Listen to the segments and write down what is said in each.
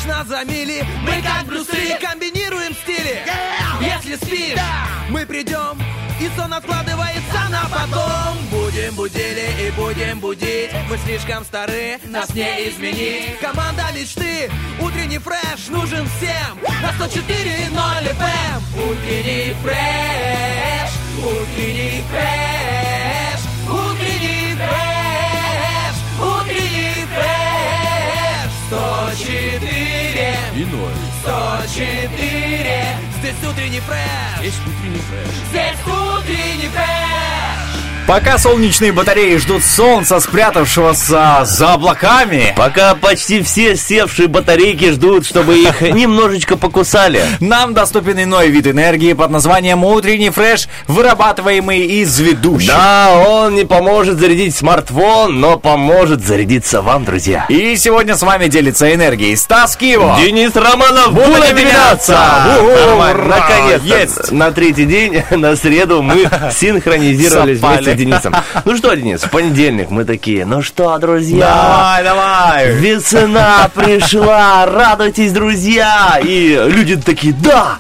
нас за мили. Мы как Брюс Ли, комбинируем стили. Если спишь, мы придем, и сон откладывается на потом. Будем будили и будем будить. Мы слишком стары, нас не изменить. Команда мечты, утренний фреш нужен всем. На 104.0 FM. Утренний фреш, утренний фреш, утренний фреш, утренний фреш. 104 и 0. 104. Здесь утренний фреш. Здесь утренний фреш. Здесь утренний фреш. Пока солнечные батареи ждут солнца, спрятавшегося за облаками. Пока почти все севшие батарейки ждут, чтобы их немножечко покусали. Нам доступен иной вид энергии под названием утренний фреш, вырабатываемый из ведущих. Да, он не поможет зарядить смартфон, но поможет зарядиться вам, друзья. И сегодня с вами делится энергией Стас Киво. Денис Романов. Будем меняться. Наконец-то, на третий день, на среду, мы синхронизировались вместе с Денисом. Ну что, Денис, в понедельник мы такие, ну что, друзья, давай. Весна пришла, радуйтесь, друзья. И люди такие, да,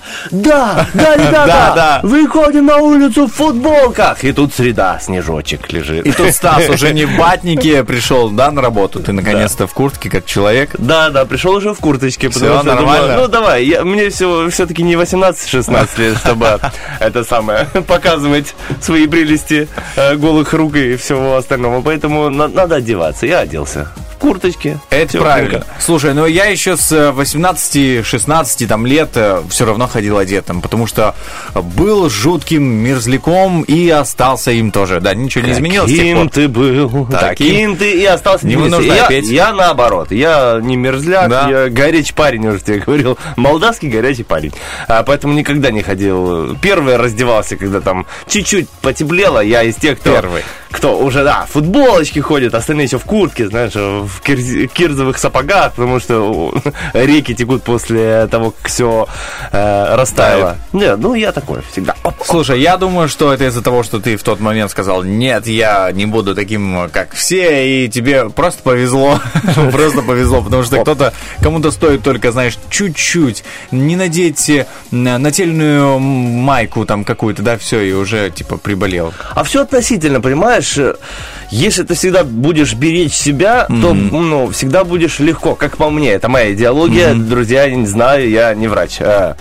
выходим на улицу в футболках. И тут среда, снежочек лежит. И тут Стас уже не в батнике пришел, да, на работу. Ты наконец-то в куртке, как человек. Да, пришел уже в курточке. Все нормально. Думаю, ну давай, мне все-таки не 18-16 лет, чтобы это самое, показывать свои прелести голых рук и всего остального. Поэтому надо одеваться. Я оделся. В курточке. Это правильно. Слушай, ну я еще с 18-16 там, лет все равно ходил одетым, потому что был жутким мерзляком и остался им тоже. Да, ничего не изменилось. Каким ты был, таким ты и остался. Не нужно петь. Я наоборот. Я не мерзляк, да. Я горячий парень, уже тебе говорил. Молдавский горячий парень. Поэтому никогда не ходил. Первый раздевался, когда там чуть-чуть потеплело. Я из тех, кто уже, да, в футболочке ходит, остальные еще в куртке, знаешь, в кирзовых сапогах, потому что реки текут после того, как все растаяло. Нет, ну я такой всегда. Слушай, я думаю, что это из-за того, что ты в тот момент сказал, нет, я не буду таким, как все, и тебе просто повезло. Просто повезло, потому что кому-то стоит только, знаешь, чуть-чуть не надеть нательную майку там какую-то, да, все, и уже, типа, приболел. А все относительно, понимаешь? Если ты всегда будешь беречь себя, то всегда будешь легко, как по мне. Это моя идеология, друзья, я не знаю, я не врач.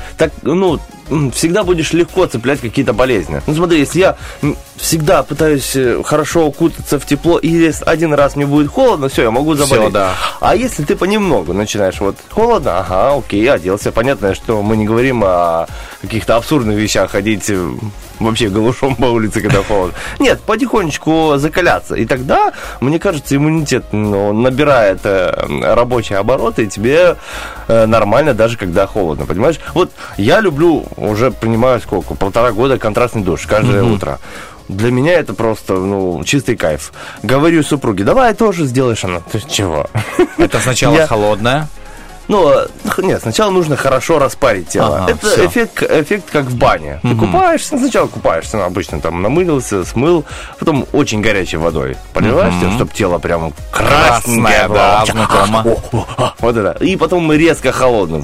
Всегда будешь легко цеплять какие-то болезни. Ну смотри, если я всегда пытаюсь хорошо укутаться в тепло, и если один раз мне будет холодно, все, я могу заболеть. Все, да. А если ты понемногу начинаешь, вот холодно, ага, окей, оделся. Понятно, что мы не говорим о каких-то абсурдных вещах, ходить вообще голышом по улице, когда холодно. Нет, потихонечку закаляться. И тогда, мне кажется, иммунитет набирает рабочие обороты, и тебе нормально, даже когда холодно, понимаешь? Вот я люблю, уже принимаю сколько, 1,5 года контрастный душ каждое утро. Для меня это просто, чистый кайф. Говорю супруге, давай тоже сделаешь, она. Ты чего? Это сначала холодное? Нет, сначала нужно хорошо распарить тело. Это эффект как в бане. Ты купаешься, сначала купаешься, обычно там намылился, смыл, потом очень горячей водой поливаешь, чтобы тело прям красненькое было. Знакомо. Вот это. И потом резко холодным.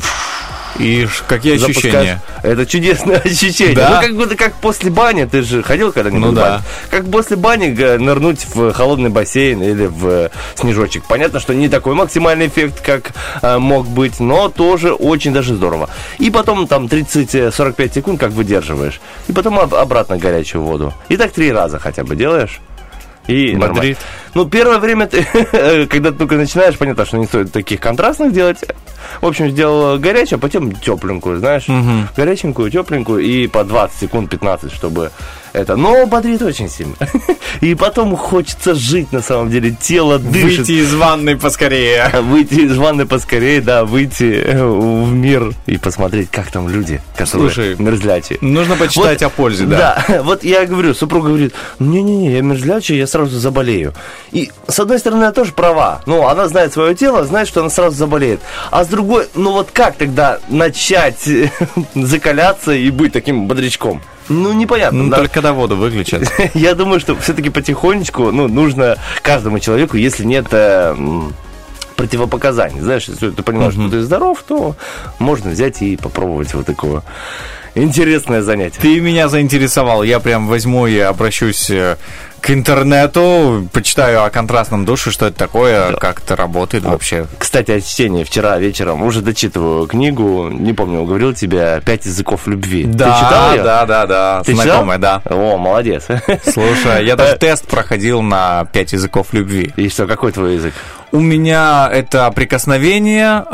И какие ощущения? Это чудесное ощущение. Да? Как будто как после бани. Ты же ходил когда-нибудь в баню? Да. Как после бани нырнуть в холодный бассейн или в снежочек. Понятно, что не такой максимальный эффект, как мог быть, но тоже очень даже здорово. И потом там 30-45 секунд как выдерживаешь. И потом обратно горячую воду. И так 3 раза хотя бы делаешь. И бодрит. Первое время ты, когда ты только начинаешь, понятно, что не стоит таких контрастных делать. В общем, сделал горячую, а потом тепленькую, знаешь, горяченькую, тепленькую, и по 20 секунд, 15, чтобы это. Но бодрит очень сильно. И потом хочется жить, на самом деле, тело дышит. Выйти из ванной поскорее. Выйти из ванны поскорее, да, выйти в мир и посмотреть, как там люди, которые мерзлячие. Нужно почитать о пользе, да. Да, вот я говорю, супруга говорит, не-не-не, я мерзлячий, я сразу заболею. И, с одной стороны, она тоже права. Она знает свое тело, знает, что она сразу заболеет. А с другой, как тогда начать закаляться и быть таким бодрячком? Непонятно. Да? Только когда воду выключат. Я думаю, что все-таки потихонечку, нужно каждому человеку, если нет противопоказаний. Знаешь, если ты понимаешь, что ты здоров, то можно взять и попробовать вот такое интересное занятие. Ты меня заинтересовал. Я прям возьму и обращусь к интернету, почитаю о контрастном душе, что это такое, как это работает вообще. Кстати, о чтении. Вчера вечером уже дочитываю книгу, не помню, говорил тебе, «5 языков любви». Да, ты читал ее? Да. Ты знакомая, да. О, молодец. Слушай, я даже тест проходил на 5 языков любви. И что, какой твой язык? У меня это прикосновение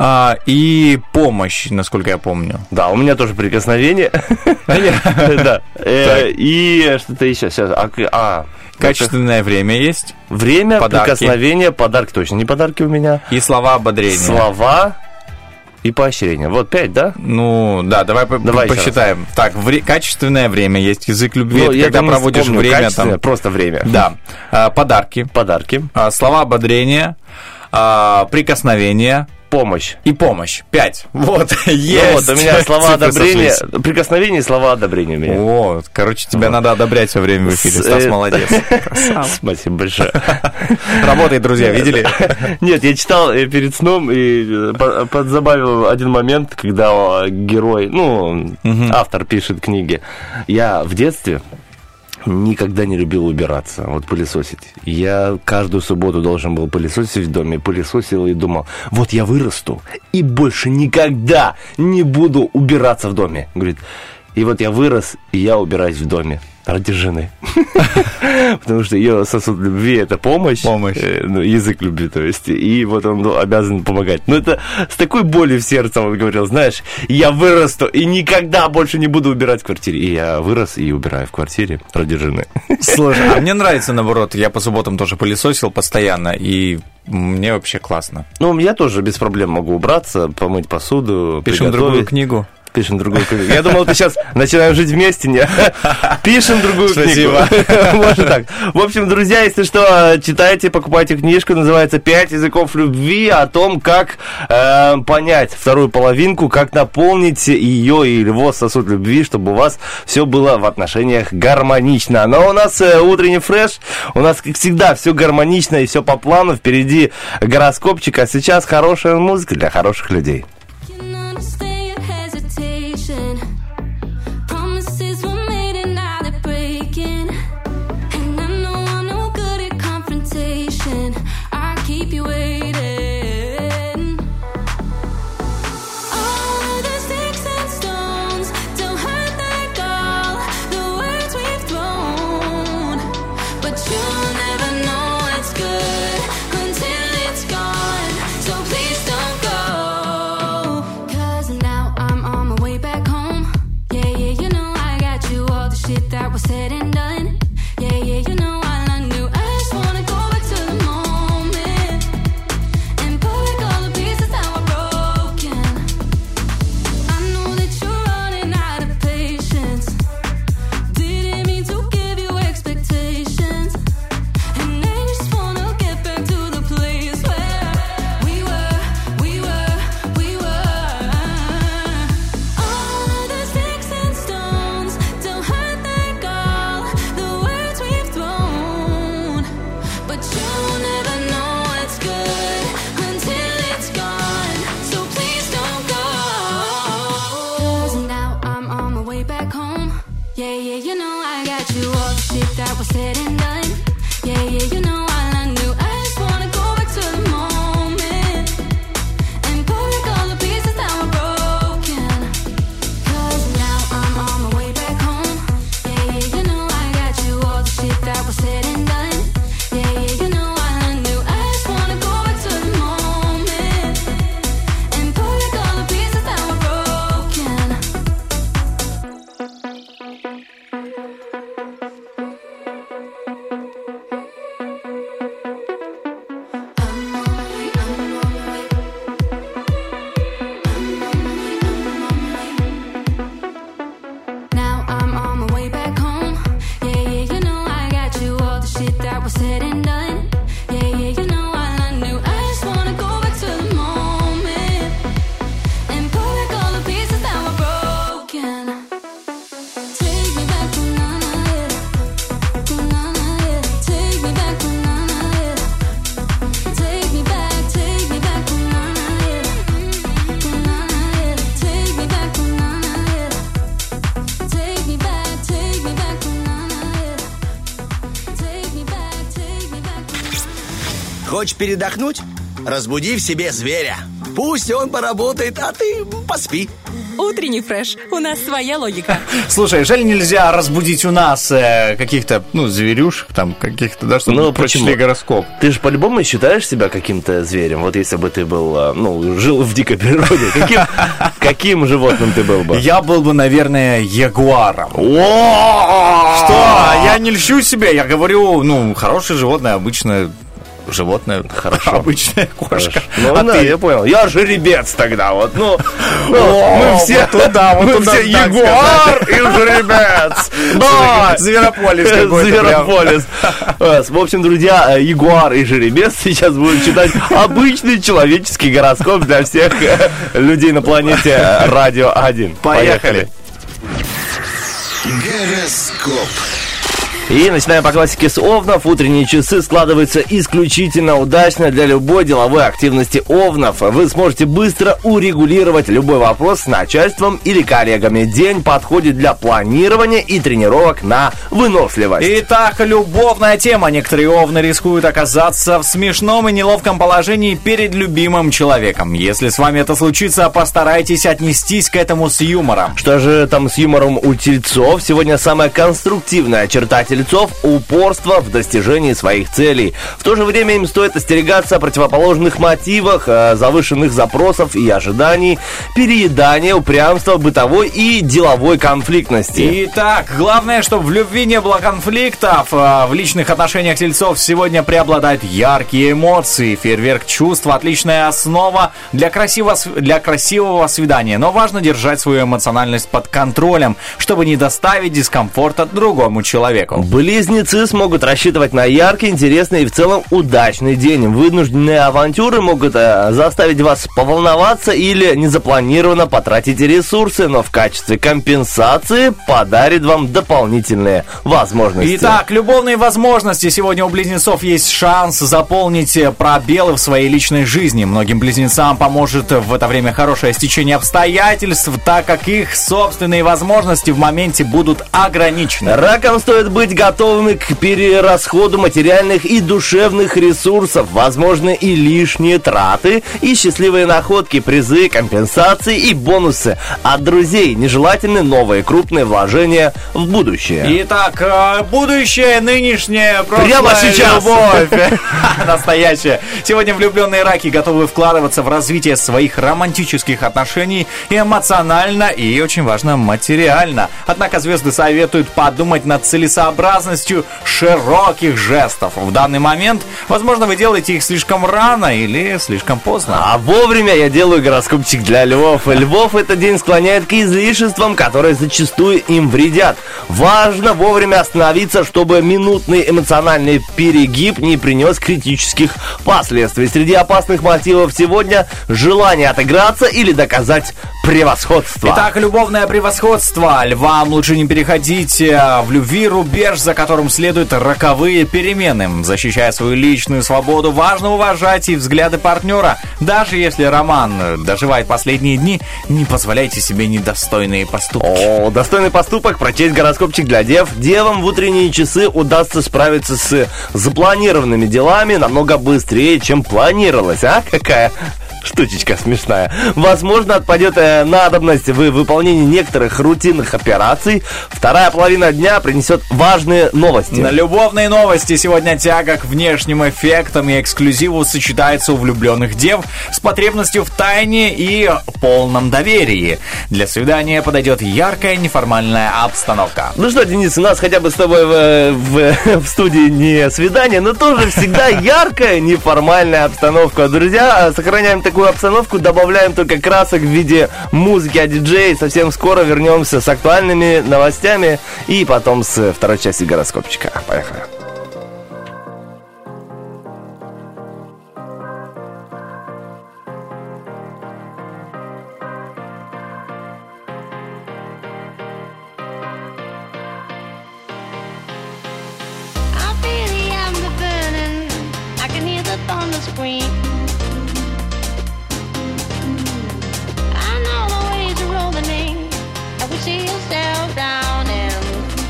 и помощь, насколько я помню. Да, у меня тоже прикосновение. Да. И что-то еще. Качественное время есть. Время, прикосновение, подарки. Точно не подарки у меня. И слова ободрения. Слова и поощрение. Вот 5, да? Ну, да, давай посчитаем. Так, качественное время есть, язык любви. Ну, это когда проводишь время там. Просто время. Да. Подарки. Слова ободрения. Прикосновение. Помощь. И помощь. 5. Вот, есть. Ну, вот, у меня слова одобрения. Прикосновение и слова одобрения у меня. Вот, короче, тебя надо одобрять все время в эфире. Стас молодец. Спасибо большое. Работает, друзья, видели? Нет, я читал перед сном и подзабавил один момент, когда герой, автор пишет книги. Я в детстве никогда не любил убираться, вот пылесосить. Я каждую субботу должен был пылесосить в доме, пылесосил и думал, вот я вырасту и больше никогда не буду убираться в доме. Говорит, и вот я вырос, и я убираюсь в доме ради жены. Потому что ее сосуд любви – это помощь. Язык любви, то есть. И вот он обязан помогать. Но это с такой болью в сердце он говорил, знаешь, я вырасту и никогда больше не буду убирать в квартире. И я вырос и убираю в квартире ради жены. Слушай, а мне нравится, наоборот, я по субботам тоже пылесосил постоянно, и мне вообще классно. Ну, я тоже без проблем могу убраться, помыть посуду, Пишем другую книгу. Пишем другую книгу. Я думал, ты сейчас начинаем жить вместе, не? Пишем другую книгу. Может так. В общем, друзья, если что, читайте, покупайте книжку, называется «5 языков любви», о том, как понять вторую половинку, как наполнить ее и его сосуд любви, чтобы у вас все было в отношениях гармонично. Но у нас утренний фреш, у нас, как всегда, все гармонично и все по плану. Впереди гороскопчик, а сейчас хорошая музыка для хороших людей. Until it's gone, so please don't go. Хочешь передохнуть? Разбуди в себе зверя. Пусть он поработает, а ты поспи. Утренний фреш. У нас своя логика. Слушай, жаль, нельзя разбудить у нас каких-то, зверюшек, там, каких-то, да, чтобы прочли гороскоп. Ты же по-любому считаешь себя каким-то зверем? Вот если бы ты был, жил в дикой природе, каким животным ты был бы? Я был бы, наверное, ягуаром. Что? Я не льщу себя, я говорю, хорошее животное, обычное животное. Хорошо. Обычная кошка. Ты? Я понял. Я жеребец тогда. Мы все ягуар и жеребец. Зверополис какой-то. Зверополис. В общем, друзья, ягуар и жеребец сейчас будут читать обычный человеческий гороскоп для всех людей на планете Радио 1. Поехали. Гороскоп. И начинаем по классике с овнов. Утренние часы складываются исключительно удачно для любой деловой активности овнов. Вы сможете быстро урегулировать любой вопрос с начальством или коллегами. День подходит для планирования и тренировок на выносливость. Итак, любовная тема. Некоторые овны рискуют оказаться в смешном и неловком положении перед любимым человеком. Если с вами это случится, постарайтесь отнестись к этому с юмором. Что же там с юмором у тельцов? Сегодня самая конструктивная черта тельцов – упорство в достижении своих целей. В то же время им стоит остерегаться противоположных мотивах, завышенных запросов и ожиданий, переедания, упрямства, бытовой и деловой конфликтности. Итак, главное, чтобы в любви не было конфликтов. В личных отношениях тельцов сегодня преобладают яркие эмоции. Фейерверк чувств – отличная основа для красивого свидания. Но важно держать свою эмоциональность под контролем, чтобы не доставить дискомфорта другому человеку. Близнецы смогут рассчитывать на яркий, интересный и в целом удачный день. Вынужденные авантюры могут заставить вас поволноваться или незапланированно потратить ресурсы, но в качестве компенсации подарит вам дополнительные возможности. Итак, любовные возможности. Сегодня у близнецов есть шанс заполнить пробелы в своей личной жизни. Многим близнецам поможет в это время хорошее стечение обстоятельств, так как их собственные возможности в моменте будут ограничены. Ракам стоит быть готовыми к перерасходу материальных и душевных ресурсов, возможны и лишние траты, и счастливые находки, призы, компенсации и бонусы от друзей. Нежелательны новые крупные вложения в будущее. Итак, будущее, нынешнее, прошлое, прямо сейчас. Любовь настоящая. Сегодня влюбленные раки готовы вкладываться в развитие своих романтических отношений эмоционально и, очень важно, материально. Однако звезды советуют подумать над целесообразностью широких жестов. В данный момент, возможно, вы делаете их слишком рано или слишком поздно. А вовремя я делаю гороскопчик для львов. Львов этот день склоняет к излишествам, которые зачастую им вредят. Важно вовремя остановиться, чтобы минутный эмоциональный перегиб не принес критических последствий. Среди опасных мотивов сегодня желание отыграться или доказать превосходство. Итак, любовное превосходство. Львам лучше не переходить в любви рубеж, за которым следуют роковые перемены. Защищая свою личную свободу, важно уважать и взгляды партнера. Даже если роман доживает последние дни, не позволяйте себе недостойные поступки. Достойный поступок, прочесть гороскопчик для дев. Девам в утренние часы удастся справиться с запланированными делами намного быстрее, чем планировалось. Какая штучечка смешная. Возможно, отпадет надобность в выполнении некоторых рутинных операций. Вторая половина дня принесет важные новости. На любовные новости. Сегодня тяга к внешним эффектам и эксклюзиву сочетается у влюбленных дев с потребностью в тайне и полном доверии. Для свидания подойдет яркая неформальная обстановка. Ну что, Денис, у нас хотя бы с тобой в студии не свидание, но тоже всегда яркая неформальная обстановка. Друзья, сохраняем такую обстановку, добавляем только красок в виде музыки от диджея. Совсем скоро вернемся с актуальными новостями и потом с второй части гороскопчика. Поехали.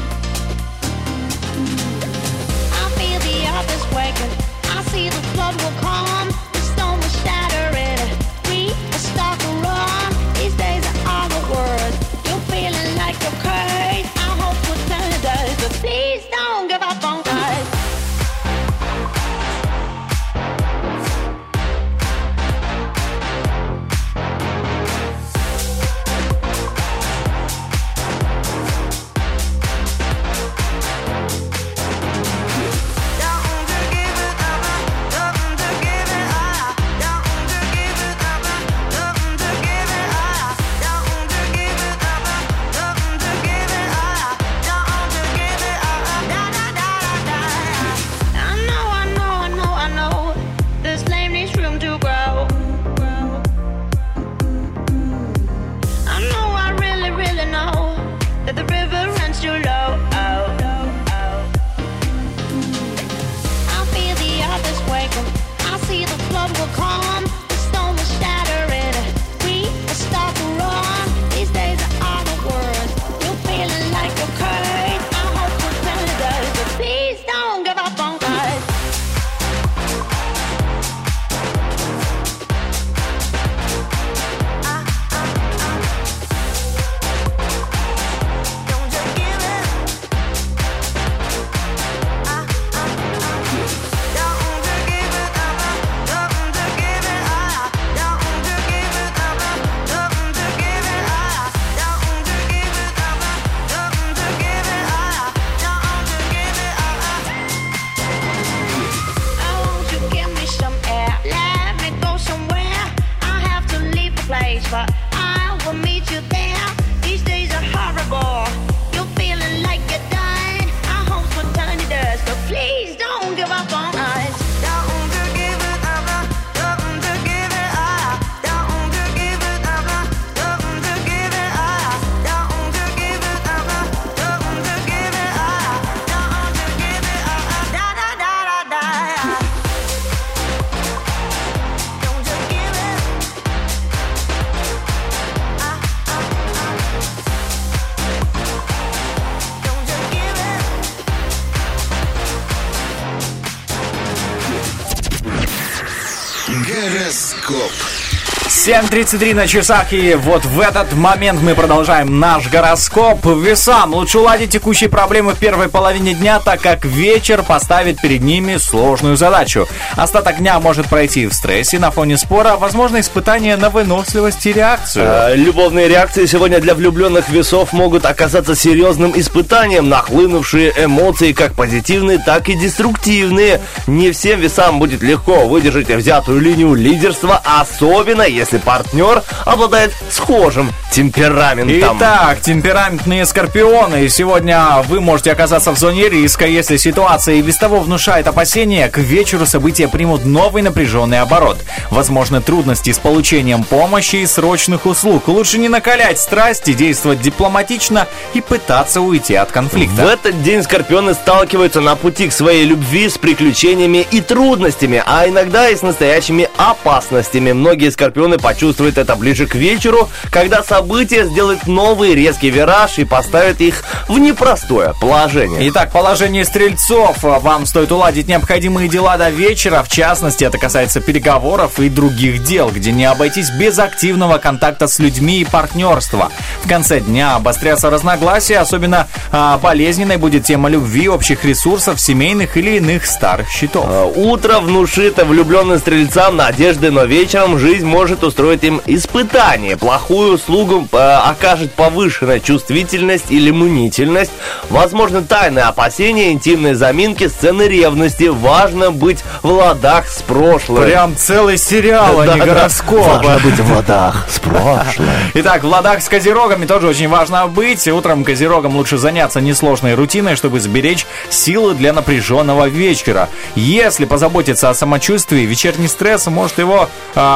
I feel the office waking. I see the flood will Гороскоп. 7:33 на часах, и вот в этот момент мы продолжаем наш гороскоп. Весам лучше уладить текущие проблемы в первой половине дня, так как вечер поставит перед ними сложную задачу. Остаток дня может пройти в стрессе на фоне спора, возможно, испытание на выносливость и реакцию. Любовные реакции сегодня для влюбленных весов могут оказаться серьезным испытанием. Нахлынувшие эмоции как позитивные, так и деструктивные. Не всем весам будет легко выдержать взятую линию лидерства, особенно если партнер обладает схожим темпераментом. Итак, темпераментные скорпионы. Сегодня вы можете оказаться в зоне риска. Если ситуация и без того внушает опасения, к вечеру события примут новый напряженный оборот. Возможны трудности с получением помощи и срочных услуг. Лучше не накалять страсти, действовать дипломатично и пытаться уйти от конфликта. В этот день скорпионы сталкиваются на пути к своей любви с приключениями и трудностями, а иногда и с настоящими опасностями. Многие скорпионы почувствуют это ближе к вечеру, когда события сделают новый резкий вираж и поставят их в непростое положение. Итак, положение стрельцов. Вам стоит уладить необходимые дела до вечера. В частности, это касается переговоров и других дел, где не обойтись без активного контакта с людьми и партнерства. В конце дня обострятся разногласия, особенно болезненной будет тема любви, общих ресурсов, семейных или иных старых счетов. Утро внушит влюбленным стрельцам надежды, но вечером жизнь может устроить им испытание. Плохую услугу окажет повышенная чувствительность или мнительность. Возможно, тайные опасения, интимные заминки, сцены ревности. Важно быть в ладах с прошлым. Прям целый сериал, а не гороскоп. Важно быть в ладах с прошлым. Итак, в ладах с козерогами тоже очень важно быть. Утром козерогам лучше заняться несложной рутиной, чтобы сберечь силы для напряженного вечера. Если позаботиться о самочувствии, вечерний стресс может его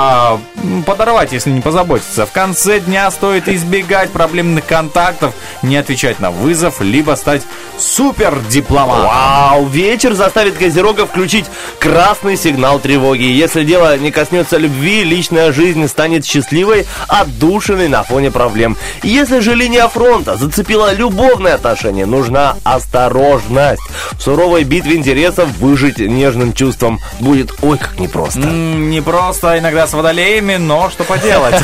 подорвать, если не позаботиться. В конце дня стоит избегать проблемных контактов, не отвечать на вызов, либо стать супердипломатом. Вау! Вечер заставит козерога включить красный сигнал тревоги. Если дело не коснется любви, личная жизнь станет счастливой, отдушиной на фоне проблем. Если же линия фронта зацепила любовные отношения, нужна осторожность. В суровой битве интересов выжить нежным чувством будет ой как непросто. Непросто иногда с водолеями, но что поделать.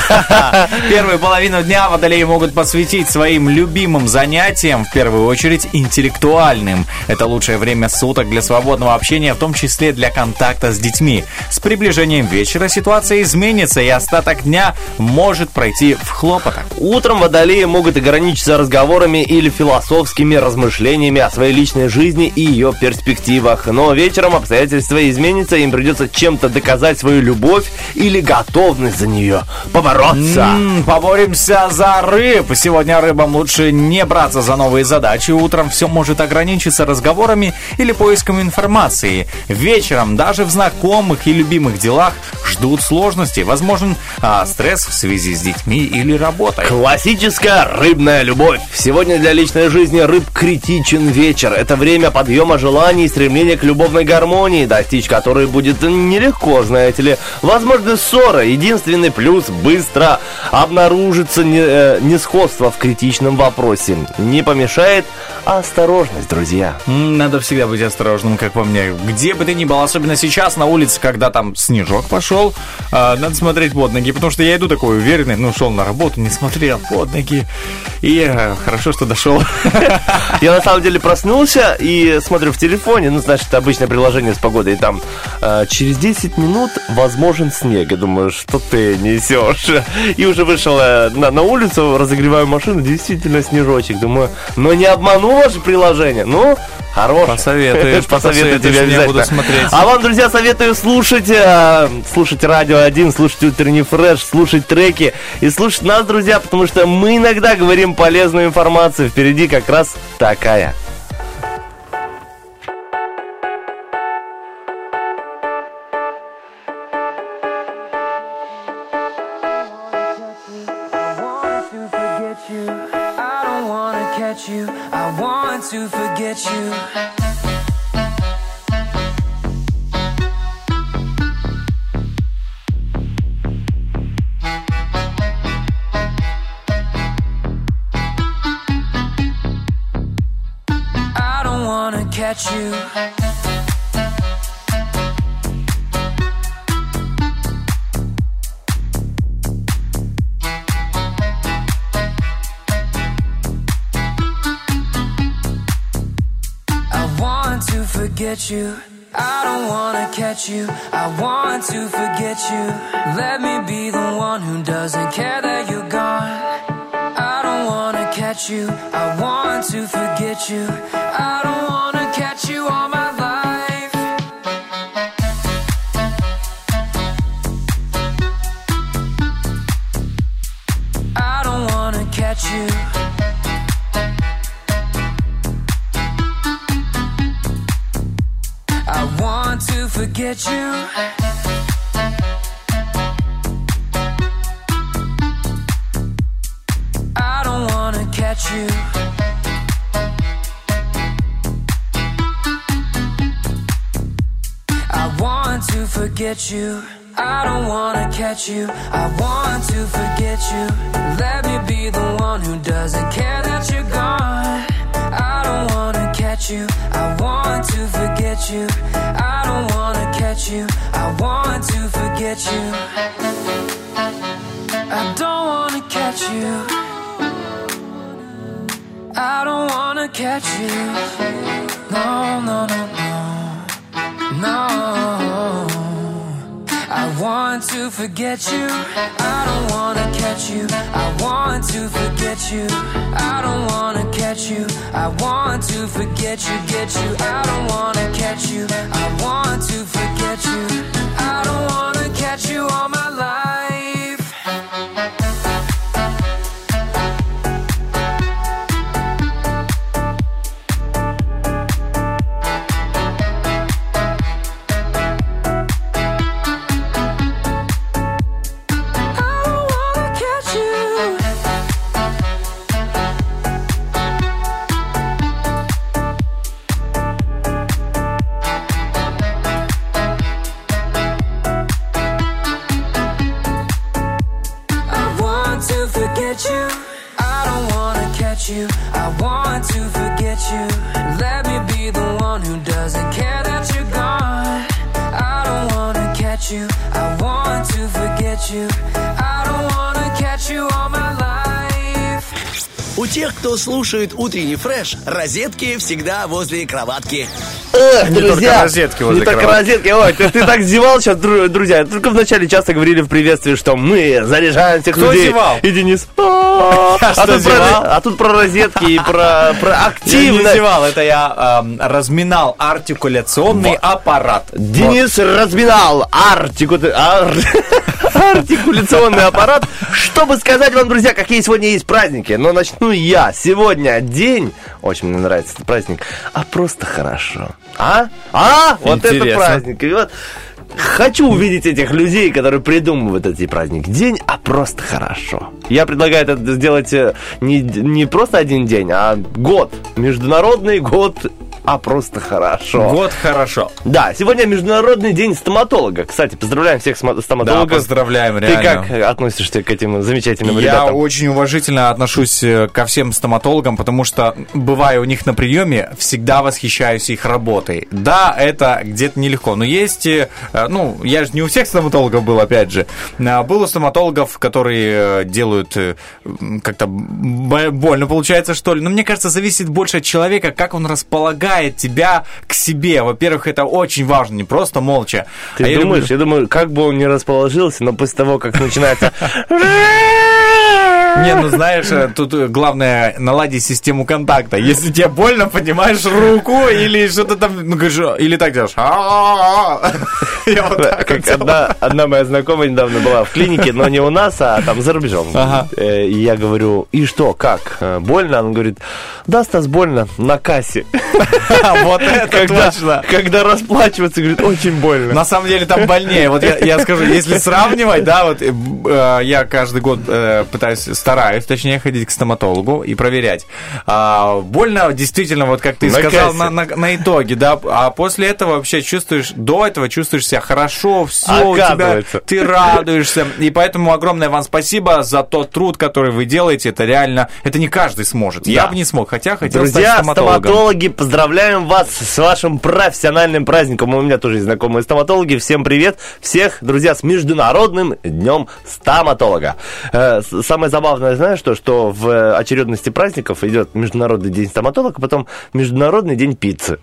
Первую половину дня водолеи могут посвятить своим любимым занятиям, в первую очередь интеллектуальным. Это лучшее время суток для свободного общения, в том числе для контакта с детьми. С приближением вечера ситуация изменится, и остаток дня может пройти в хлопотах. Утром водолеи могут ограничиться разговорами или философскими размышлениями о своей личной жизни и ее перспективах. Но вечером обстоятельства изменятся, им придется чем-то доказать свою любовь или готовность за нее побороться. Поборемся за рыб. Сегодня рыбам лучше не браться за новые задачи. Утром все может ограничиться разговорами или поиском информации. Вечером даже в знакомых и любимых делах ждут сложности. Возможен стресс в связи с детьми или работой. Классическая рыбная любовь. Сегодня для личной жизни рыб критичен вечер. Это время подъема желаний и стремления к любовной гармонии, достичь которой будет нелегко, знаете ли. Возможно, ссора. Единственный плюс — быстро обнаружится несходство в критичном вопросе. Не помешает осторожность, друзья. Надо всегда быть осторожным, как по мне. Где бы ты ни был, особенно сейчас на улице, когда там снежок пошел, надо смотреть под ноги, потому что я иду такой уверенный, шел на работу, не смотрел под ноги. И хорошо, что дошел. Я на самом деле проснулся и смотрю в телефоне, значит, обычное приложение с погодой, и там через 10 минут возможен снег. Я думаю, что ты несешь? И уже вышел на улицу, разогреваю машину, действительно снежочек. Думаю, но не обману ваше приложение. Хорош. Посоветуешь тебе обязательно. Я буду смотреть. А вам, друзья, советую слушать Радио 1, слушать утренний фреш, слушать треки и слушать нас, друзья, потому что мы иногда говорим полезную информацию. Впереди как раз такая. To forget you. I don't wanna catch you. forget you. I don't wanna catch you, I want to forget you. Let me be the one who doesn't care that you're gone. I don't wanna catch you, I want to forget you. I don't wanna catch you all my life. I don't wanna catch you. I want to forget you. I don't wanna catch you. I want to forget you. I don't wanna catch you. I want to forget you. Let me be the one who doesn't care that you're gone. I don't wanna catch you. I want to forget you. I don't wanna catch you. I want to forget you. I don't wanna catch you. I don't wanna catch you. No, no, no, no. No. I want to forget you. I don't wanna catch you. I want to forget you. I don't wanna catch you. I want to forget you, get you. I don't wanna catch you. I want to forget you. I don't wanna catch you all my life. I want to forget you. Let me be the one who doesn't care that you're gone. I don't wanna catch you. I want to forget you. I don't wanna catch you all my life. У тех, кто слушает утренний фреш, розетки всегда возле кроватки. Эх, Не друзья, только розетки возле не только кровати. розетки. Ой, ты так зевал сейчас, друзья. Только вначале часто говорили в приветствии, что мы заряжаем всех Кто людей. зевал? И Денис. что, зевал? А тут про розетки и про Я не активность. зевал, это я разминал артикуляционный аппарат. Денис разминал артикуляционный аппарат, чтобы сказать вам, друзья, какие сегодня есть праздники. Но начну я. Сегодня день, очень мне нравится этот праздник, а просто хорошо. Вот это Интересно. праздник. И вот хочу увидеть этих людей, которые придумывают эти праздники. День, а просто хорошо. Я предлагаю это сделать не просто один день, а год. Международный год, а просто хорошо. Вот хорошо. Да, сегодня Международный день стоматолога. Кстати, поздравляем всех Да, стоматологов. поздравляем, Ты реально. как относишься к этим замечательным Я ребятам? очень уважительно отношусь ко всем стоматологам, потому что, бывая у них на приеме, всегда восхищаюсь их работой. Да, это где-то нелегко, но есть, я же не у всех стоматологов был, опять же. Был у стоматологов, которые делают как-то больно, получается, что ли. Но мне кажется, зависит больше от человека, как он располагает тебя к себе. Во-первых, это очень важно, не просто молча. Ты думаешь, я думаю, как бы он ни расположился, но после того, как начинается... Не, знаешь, тут главное наладить систему контакта. Если тебе больно, поднимаешь руку или что-то там, говоришь, или так делаешь. Я вот так вот делаю. Одна моя знакомая недавно была в клинике, но не у нас, а там за рубежом. И я говорю, и что, как? Больно? Он говорит, да, Стас, больно, на кассе. Вот это точно. Когда расплачиваться, говорит, очень больно. На самом деле там больнее. Вот я скажу, если сравнивать, да, вот я каждый год стараюсь, точнее, ходить к стоматологу и проверять. Больно, действительно, вот как ты сказал, на итоге, да, а после этого вообще до этого чувствуешь себя хорошо, все у тебя, ты радуешься. И поэтому огромное вам спасибо за тот труд, который вы делаете. Это реально, это не каждый сможет. Да. Я бы не смог, хотя хотел стать стоматологом. Друзья, стоматологи, поздравляем вас с вашим профессиональным праздником. У меня тоже есть знакомые стоматологи. Всем привет. Всех, друзья, с Международным днем стоматолога. Самое забавное главное, знаешь что в очередности праздников идет Международный день стоматолога, а потом Международный день пиццы.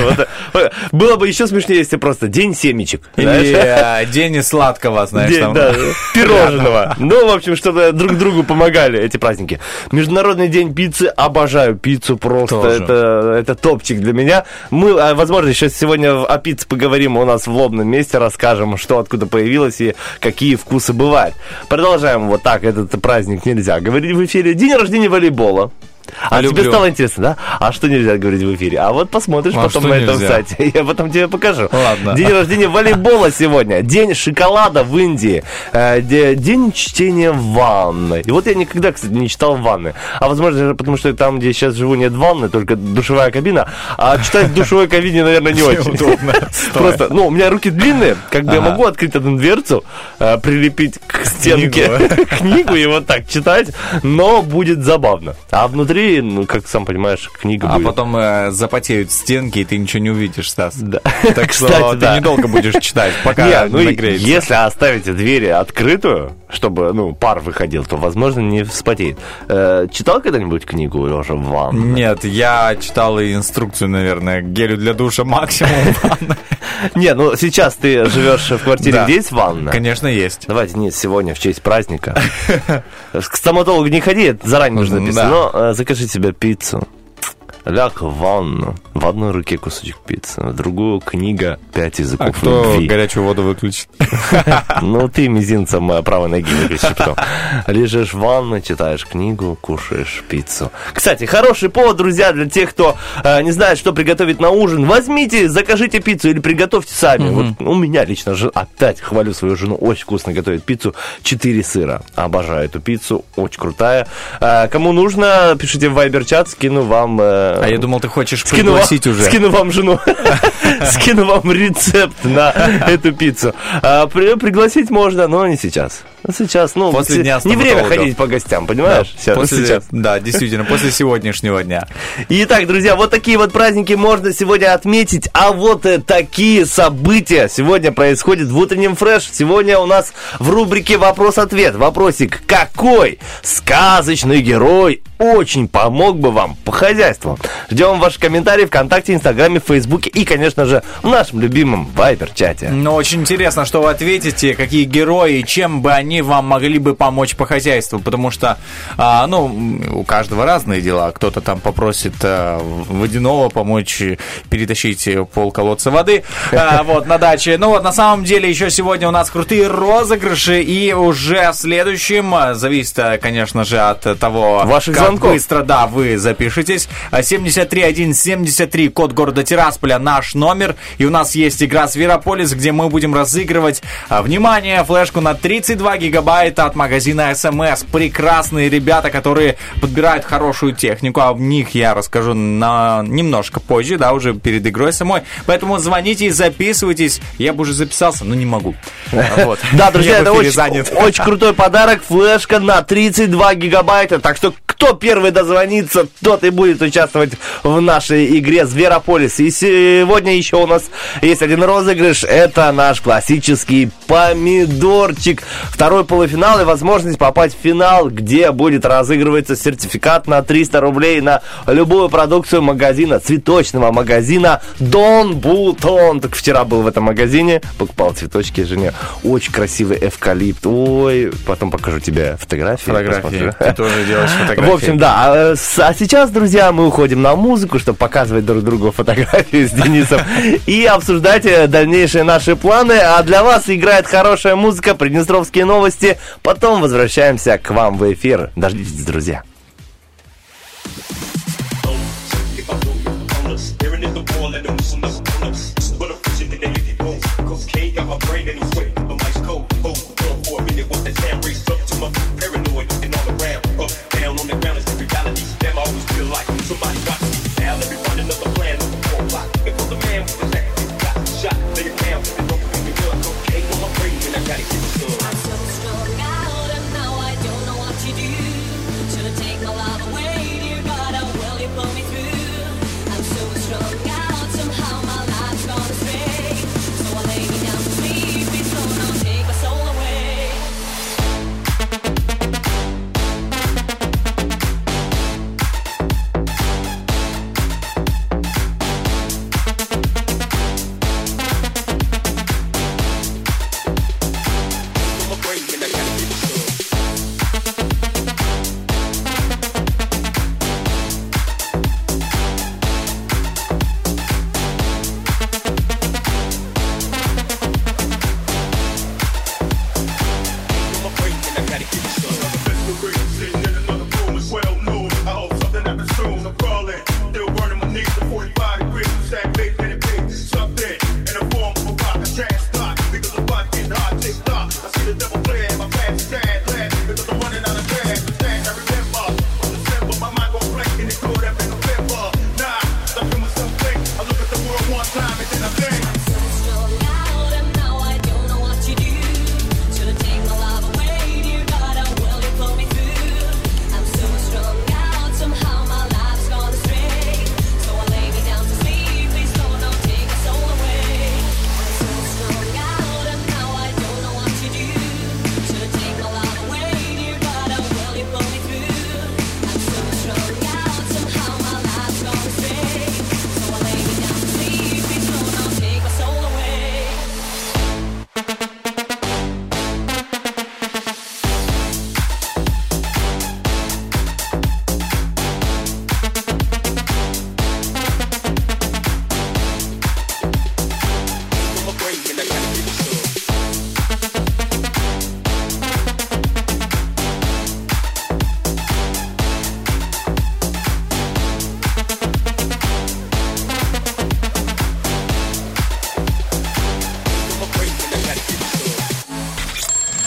Было бы еще смешнее, если просто день семечек. Или день сладкого, знаешь, там. Пирожного. Ну, в общем, чтобы друг другу помогали эти праздники. Международный день пиццы. Обожаю пиццу просто. Это топчик для меня. Мы, возможно, еще сегодня о пицце поговорим у нас в лобном месте, расскажем, что откуда появилось и какие вкусы бывают. Продолжаем вот так. Этот праздник нельзя говорить в эфире. День рождения волейбола. А тебе стало интересно, да? А что нельзя говорить в эфире? А вот посмотришь потом на этом сайте. Я потом тебе покажу. Ладно. День рождения волейбола сегодня. День шоколада в Индии. День чтения в ванной. И вот я никогда, кстати, не читал в ванной. А возможно, потому что там, где я сейчас живу, нет ванны, только душевая кабина. А читать в душевой кабине, наверное, не очень удобно. Просто, у меня руки длинные, как бы я могу открыть одну дверцу, прилепить к стенке книгу и вот так читать, но будет забавно. А внутри, как сам понимаешь, книга будет. А потом запотеют стенки, и ты ничего не увидишь, Стас. Да. Так что ты недолго будешь читать, пока нагреется. Если оставите двери открытую, чтобы, пар выходил, то, возможно, не вспотеет. Читал когда-нибудь книгу уже в ванной? Нет, я читал инструкцию, наверное, к гелю для душа максимум в ванной. Не, сейчас ты живешь в квартире, где есть ванна? Конечно, есть. Давайте, сегодня в честь праздника. К стоматологу не ходи, это заранее нужно написано, но закажи себе пиццу. Ляг в ванну. В одной руке кусочек пиццы, в другую книга 5 языков кто любви. Горячую воду выключит? Ты мизинцем правой ноги выключишь потом. Лежишь в ванной, читаешь книгу, кушаешь пиццу. Кстати, хороший повод, друзья, для тех, кто не знает, что приготовить на ужин. Возьмите, закажите пиццу или приготовьте сами. Вот у меня лично, опять хвалю свою жену, очень вкусно готовит пиццу. 4 сыра. Обожаю эту пиццу, очень крутая. Кому нужно, пишите в Viber-чат, скину вам... А я думал, ты хочешь пригласить уже. Скину вам жену. Скину вам рецепт на эту пиццу. Пригласить можно, но не сейчас. Сейчас, после дня не время ходить по гостям, понимаешь? Сейчас. Да, действительно, после сегодняшнего дня. Итак, друзья, вот такие вот праздники можно сегодня отметить, а вот такие события сегодня происходят в утреннем фреш. Сегодня у нас в рубрике «Вопрос-ответ». Вопросик: какой сказочный герой очень помог бы вам по хозяйству? Ждем ваши комментарии ВКонтакте, Инстаграме, Фейсбуке и, конечно же, в нашем любимом Вайбер-чате. Очень интересно, что вы ответите, какие герои и чем бы они вам могли бы помочь по хозяйству, потому что, у каждого разные дела. Кто-то там попросит водяного помочь перетащить полколодца воды на даче. На самом деле, еще сегодня у нас крутые розыгрыши, и уже в следующем, зависит, конечно же, от того, ваших как звонков. Быстро, вы запишитесь. 73173, код города Тирасполя, наш номер. И у нас есть игра «Зверополис», где мы будем разыгрывать, внимание, флешку на 32 гигабайта от магазина СМС. Прекрасные ребята, которые подбирают хорошую технику. О них я расскажу немножко позже, уже перед игрой самой. Поэтому звоните и записывайтесь. Я бы уже записался, но не могу. Да, друзья, это очень крутой подарок. Флешка на 32 гигабайта. Так что кто первый дозвонится, тот и будет участвовать в нашей игре «Зверополис». И сегодня еще у нас есть один розыгрыш. Это наш классический помидорчик. Второй полуфинал и возможность попасть в финал, где будет разыгрываться сертификат на 300 рублей на любую продукцию магазина, цветочного магазина Дон Бутон. Так вчера был в этом магазине, покупал цветочки жене. Очень красивый эвкалипт. Ой, потом покажу тебе фотографии. Ты тоже делаешь фотографии. В общем, да. А сейчас, друзья, мы уходим на музыку, чтобы показывать друг другу фотографии с Денисом и обсуждать дальнейшие наши планы. А для вас играет хорошая музыка, приднестровские новости. Потом возвращаемся к вам в эфир. Дождитесь, друзья. Pull me through. I'm so strung out, somehow my life's gone.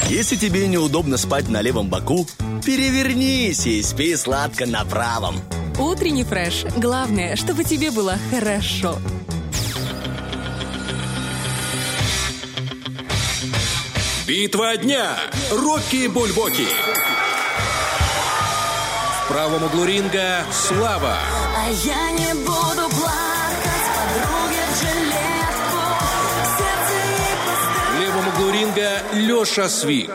Если тебе неудобно спать на левом боку, перевернись и спи сладко на правом. Утренний фреш. Главное, чтобы тебе было хорошо. Битва дня. Рокки Бульбоки. В правом углу ринга Слава. А я не буду плакать, подруге в жилетку. Сердце ей поставить. В левом углу ринга Леша Свик.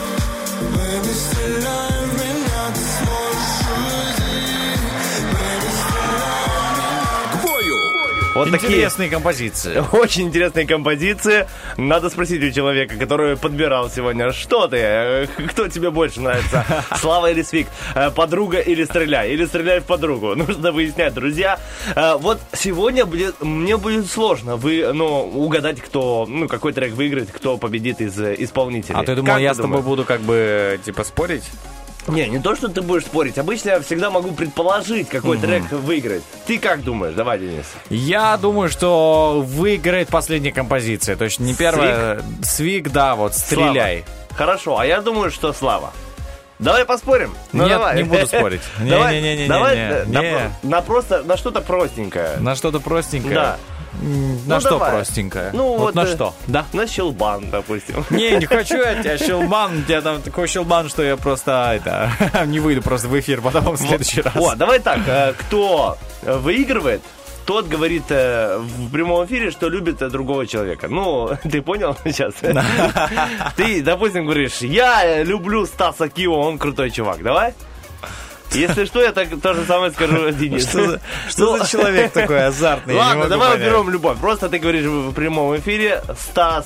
К бою. Вот Интересные композиции. Очень интересные композиции. Надо спросить у человека, который подбирал сегодня, что ты, кто тебе больше нравится, Слава или Свик, подруга или стреляй, или стреляй в подругу. Нужно выяснять, друзья. Вот сегодня мне будет сложно угадать, кто, какой трек выиграет, кто победит из исполнителей. А ты думал, Как я ты с тобой думаешь? буду как бы, спорить? Не то, что ты будешь спорить. Обычно я всегда могу предположить, какой трек выиграет. Ты как думаешь? Давай, Денис. Я думаю, что выиграет последняя композиция. То есть не первая. Свик, да, вот «Стреляй». Слава. Хорошо, а я думаю, что Слава. Давай поспорим? Нет, давай. не буду спорить. Давай, Не. на что-то простенькое. На что-то простенькое? Да. На что давай. простенькое? Ну, вот на что? Да. На щелбан, допустим. Не хочу я тебя щелбан. У тебя там такой щелбан, что я просто не выйду просто в эфир потом в следующий раз. О, давай так, кто выигрывает, тот говорит в прямом эфире, что любит другого человека. Ну, ты понял сейчас? Ты, допустим, говоришь, я люблю Стаса Кио, он крутой чувак. Давай? Если что, я то же самое скажу Денису. Что за человек такой азартный? Ладно, давай уберем любовь. Просто ты говоришь в прямом эфире, Стас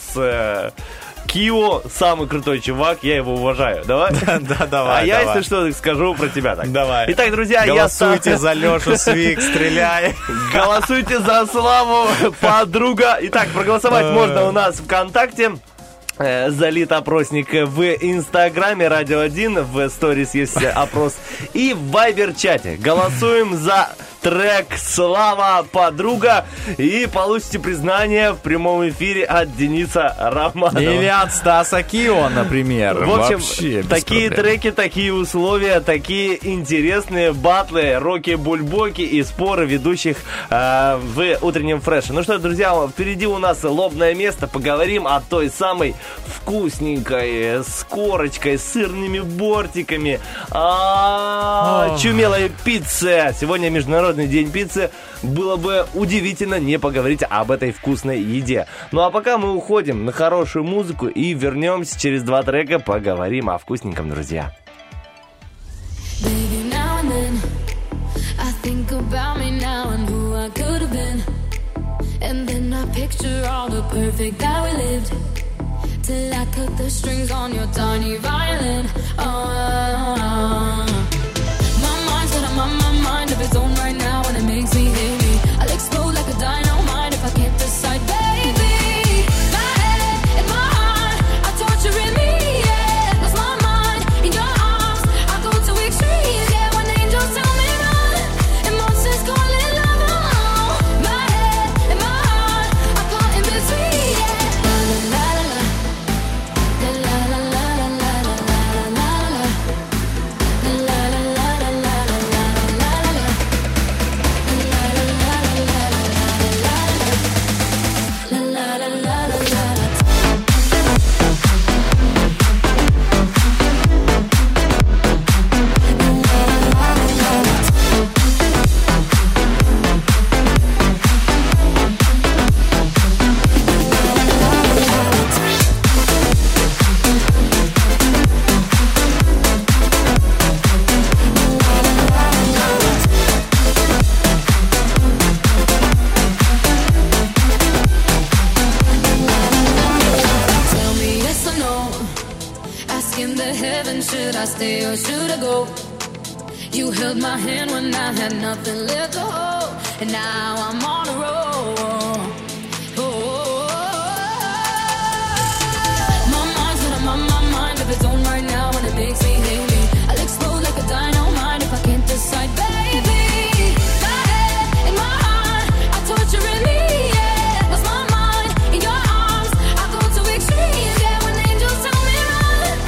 Кио самый крутой чувак, я его уважаю. Давай? Да, давай. А я, если что, скажу про тебя так. Давай. Итак, друзья, голосуйте за Лешу Свик, стреляй. Голосуйте за Славу, подруга. Итак, проголосовать можно у нас ВКонтакте. Залит опросник в Инстаграме Радио 1, в сторис есть опрос, и в Вайбер-чате. Голосуем за трек «Слава, подруга» и получите признание в прямом эфире от Дениса Романова. Или от Стаса Кио, например. В общем, Вообще без такие проблем. треки, такие условия, такие интересные батлы, роки-бульбоки и споры ведущих в утреннем фреше. Ну что, друзья, впереди у нас лобное место. Поговорим о той самой вкусненькой, с корочкой, с сырными бортиками, чумелой пицце. Сегодня Международный день пиццы. Было бы удивительно не поговорить об этой вкусной еде. Ну а пока мы уходим на хорошую музыку и вернемся через 2 трека, поговорим о вкусненьком, друзья. Baby, now and then, I think about me now and who I could have been. And then I picture all the perfect that we lived. Till I cut the strings on your tiny violin. My mind's got my mind of its own right now, and it makes me hate me. I'll explode like a dynamite if I can't decide, baby. My head and my heart are torturing me, yeah. Lost my mind in your arms, I go to extremes, yeah. When angels tell me run, emotions calling love, oh. My head and my heart are caught in between, yeah. La la la la la la la la la la la la. Asking the heavens, should I stay or should I go? You held my hand when I had nothing left to hold, and now I'm on a roll. My mind's got my mind of its own right now, and it makes me hate me. I'll explode like a dynamite if I can't decide, baby. My head and my heart are torturing me, yeah. Lost my mind in your arms, I go to extremes, yeah. When angels tell me run,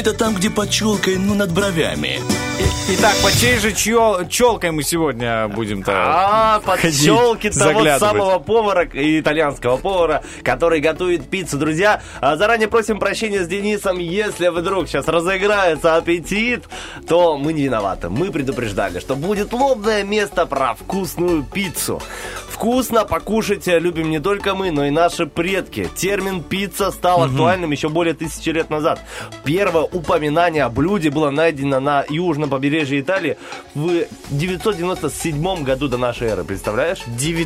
это там, где под челкой, ну, над бровями. Итак, под чьей же челкой мы сегодня будем-то под ходить, челки того заглядывать? самого повара, итальянского повара, который готовит пиццу. Друзья, заранее просим прощения с Денисом, если вдруг сейчас разыграется аппетит, то мы не виноваты. Мы предупреждали, что будет лобное место про вкусную пиццу. Вкусно покушать любим не только мы, но и наши предки. Термин «пицца» стал актуальным еще более 1000 лет назад. Первое упоминание о блюде было найдено на южном побережье Италии в 997 году до нашей эры. Представляешь?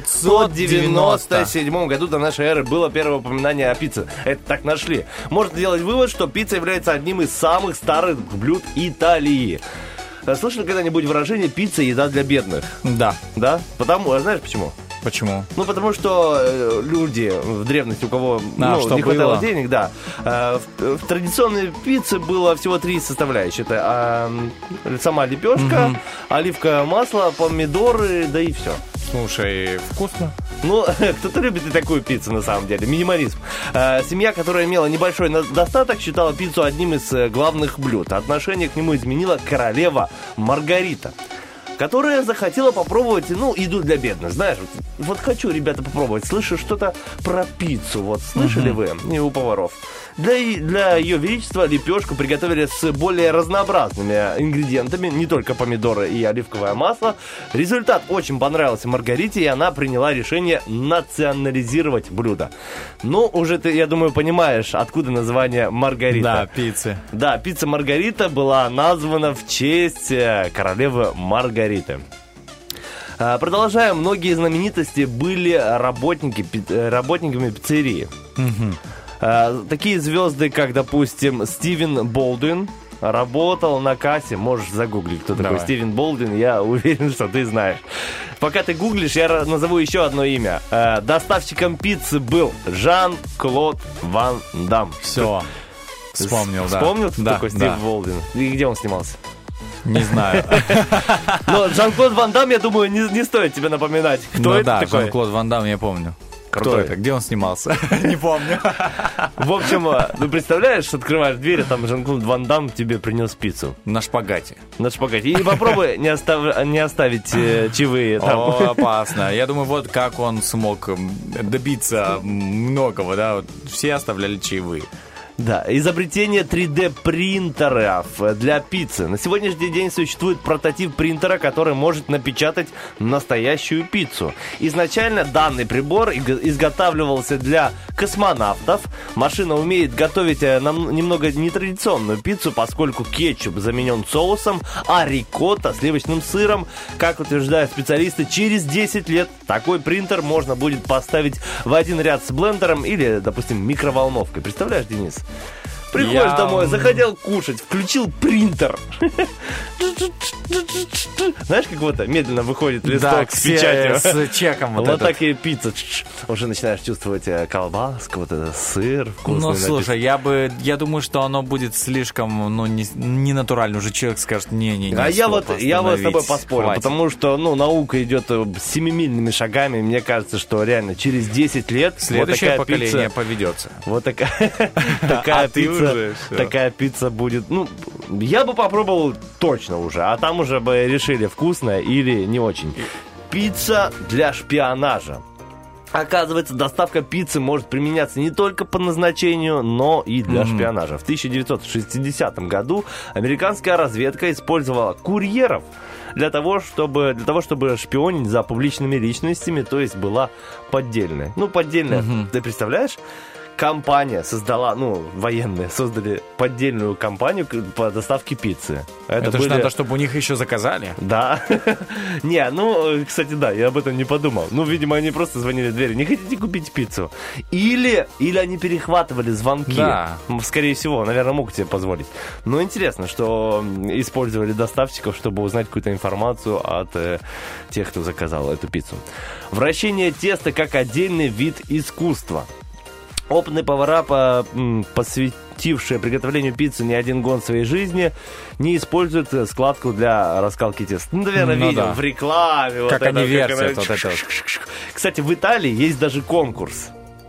997 году до нашей эры было первое упоминание о пицце. Это так нашли. Можно сделать вывод, что пицца является одним из самых старых блюд Италии. Слышали когда-нибудь выражение «пицца – еда для бедных»? Да. Да? Потому, знаешь почему? Почему? Ну, потому что люди в древности, у кого не хватало денег, да, в традиционной пицце было всего 3 составляющие. Это сама лепешка, оливковое масло, помидоры, да и все. Слушай, вкусно. Ну, кто-то любит и такую пиццу, на самом деле. Минимализм. Семья, которая имела небольшой достаток, считала пиццу одним из главных блюд. Отношение к нему изменила королева Маргарита, которая захотела попробовать, еду для бедных. Знаешь, вот хочу, ребята, попробовать. Слышу что-то про пиццу. Вот слышали вы у поваров? Для ее величества лепешку приготовили с более разнообразными ингредиентами, не только помидоры и оливковое масло. Результат очень понравился Маргарите, и она приняла решение национализировать блюдо. Ну, уже ты, я думаю, понимаешь, откуда название Маргарита. Да, пиццы. Да, пицца Маргарита была названа в честь королевы Маргариты. Продолжаем. Многие знаменитости были работниками пиццерии. Такие звезды, как, допустим, Стивен Болдуин, работал на кассе. Можешь загуглить, кто такой Стивен Болдуин. Я уверен, что ты знаешь. Пока ты гуглишь, я назову еще одно имя. Доставщиком пиццы был Жан-Клод Ван Дам. Все. Вспомнил, да. Вспомнил, кто такой Стив да. Болдуин? И где он снимался? Не знаю. Но Жан-Клод Ван Дам, я думаю, не стоит тебе напоминать. Кто это такой? Жан-Клод Ван Дам, я помню. Крутой. Кто это? Где он снимался? Не помню. В общем, ну представляешь, открываешь дверь, а там Жан-Клод Ван Дам тебе принес пиццу. На шпагате. На шпагате. И попробуй не оставить чаевые там. О, опасно. Я думаю, вот как он смог добиться многого, да? Вот все оставляли чаевые. Да, изобретение 3D-принтеров для пиццы. На сегодняшний день существует прототип принтера, который может напечатать настоящую пиццу. Изначально данный прибор изготавливался для космонавтов. Машина умеет готовить немного нетрадиционную пиццу, поскольку кетчуп заменен соусом, а рикотта сливочным сыром. Как утверждают специалисты, через 10 лет такой принтер можно будет поставить в один ряд с блендером или, допустим, микроволновкой. Представляешь, Денис? Приходишь домой, захотел кушать, включил принтер. Знаешь, как вот медленно выходит листок с печатью. С чеком вот так и пицца. Уже начинаешь чувствовать колбаску, вот этот сыр вкусный. Ну, слушай, я думаю, что оно будет слишком, не натурально. Уже человек скажет, не. А я вот с тобой поспорю, потому что, наука идет семимильными шагами. Мне кажется, что реально через 10 лет следующее поколение поведется. Вот такая пицца будет. Я бы попробовал точно уже, а там уже бы решили, вкусно или не очень. Пицца для шпионажа. Оказывается, доставка пиццы может применяться не только по назначению, но и для шпионажа. В 1960 году американская разведка использовала курьеров для того, чтобы шпионить за публичными личностями, то есть была поддельная. Поддельная, ты представляешь? Компания создала, военные создали поддельную компанию по доставке пиццы. Это же надо, чтобы у них еще заказали. Да. Кстати, да, я об этом не подумал. видимо, они просто звонили в дверь. Не хотите купить пиццу? Или они перехватывали звонки. Да. Скорее всего, наверное, могут себе позволить. Но интересно, что использовали доставщиков, чтобы узнать какую-то информацию от тех, кто заказал эту пиццу. Вращение теста как отдельный вид искусства. Опытные повара, посвятившие приготовлению пиццы не один год своей жизни, не используют складку для раскалки теста. Наверное, видел в рекламе. Как они вертят вот это. Кстати, в Италии есть даже конкурс.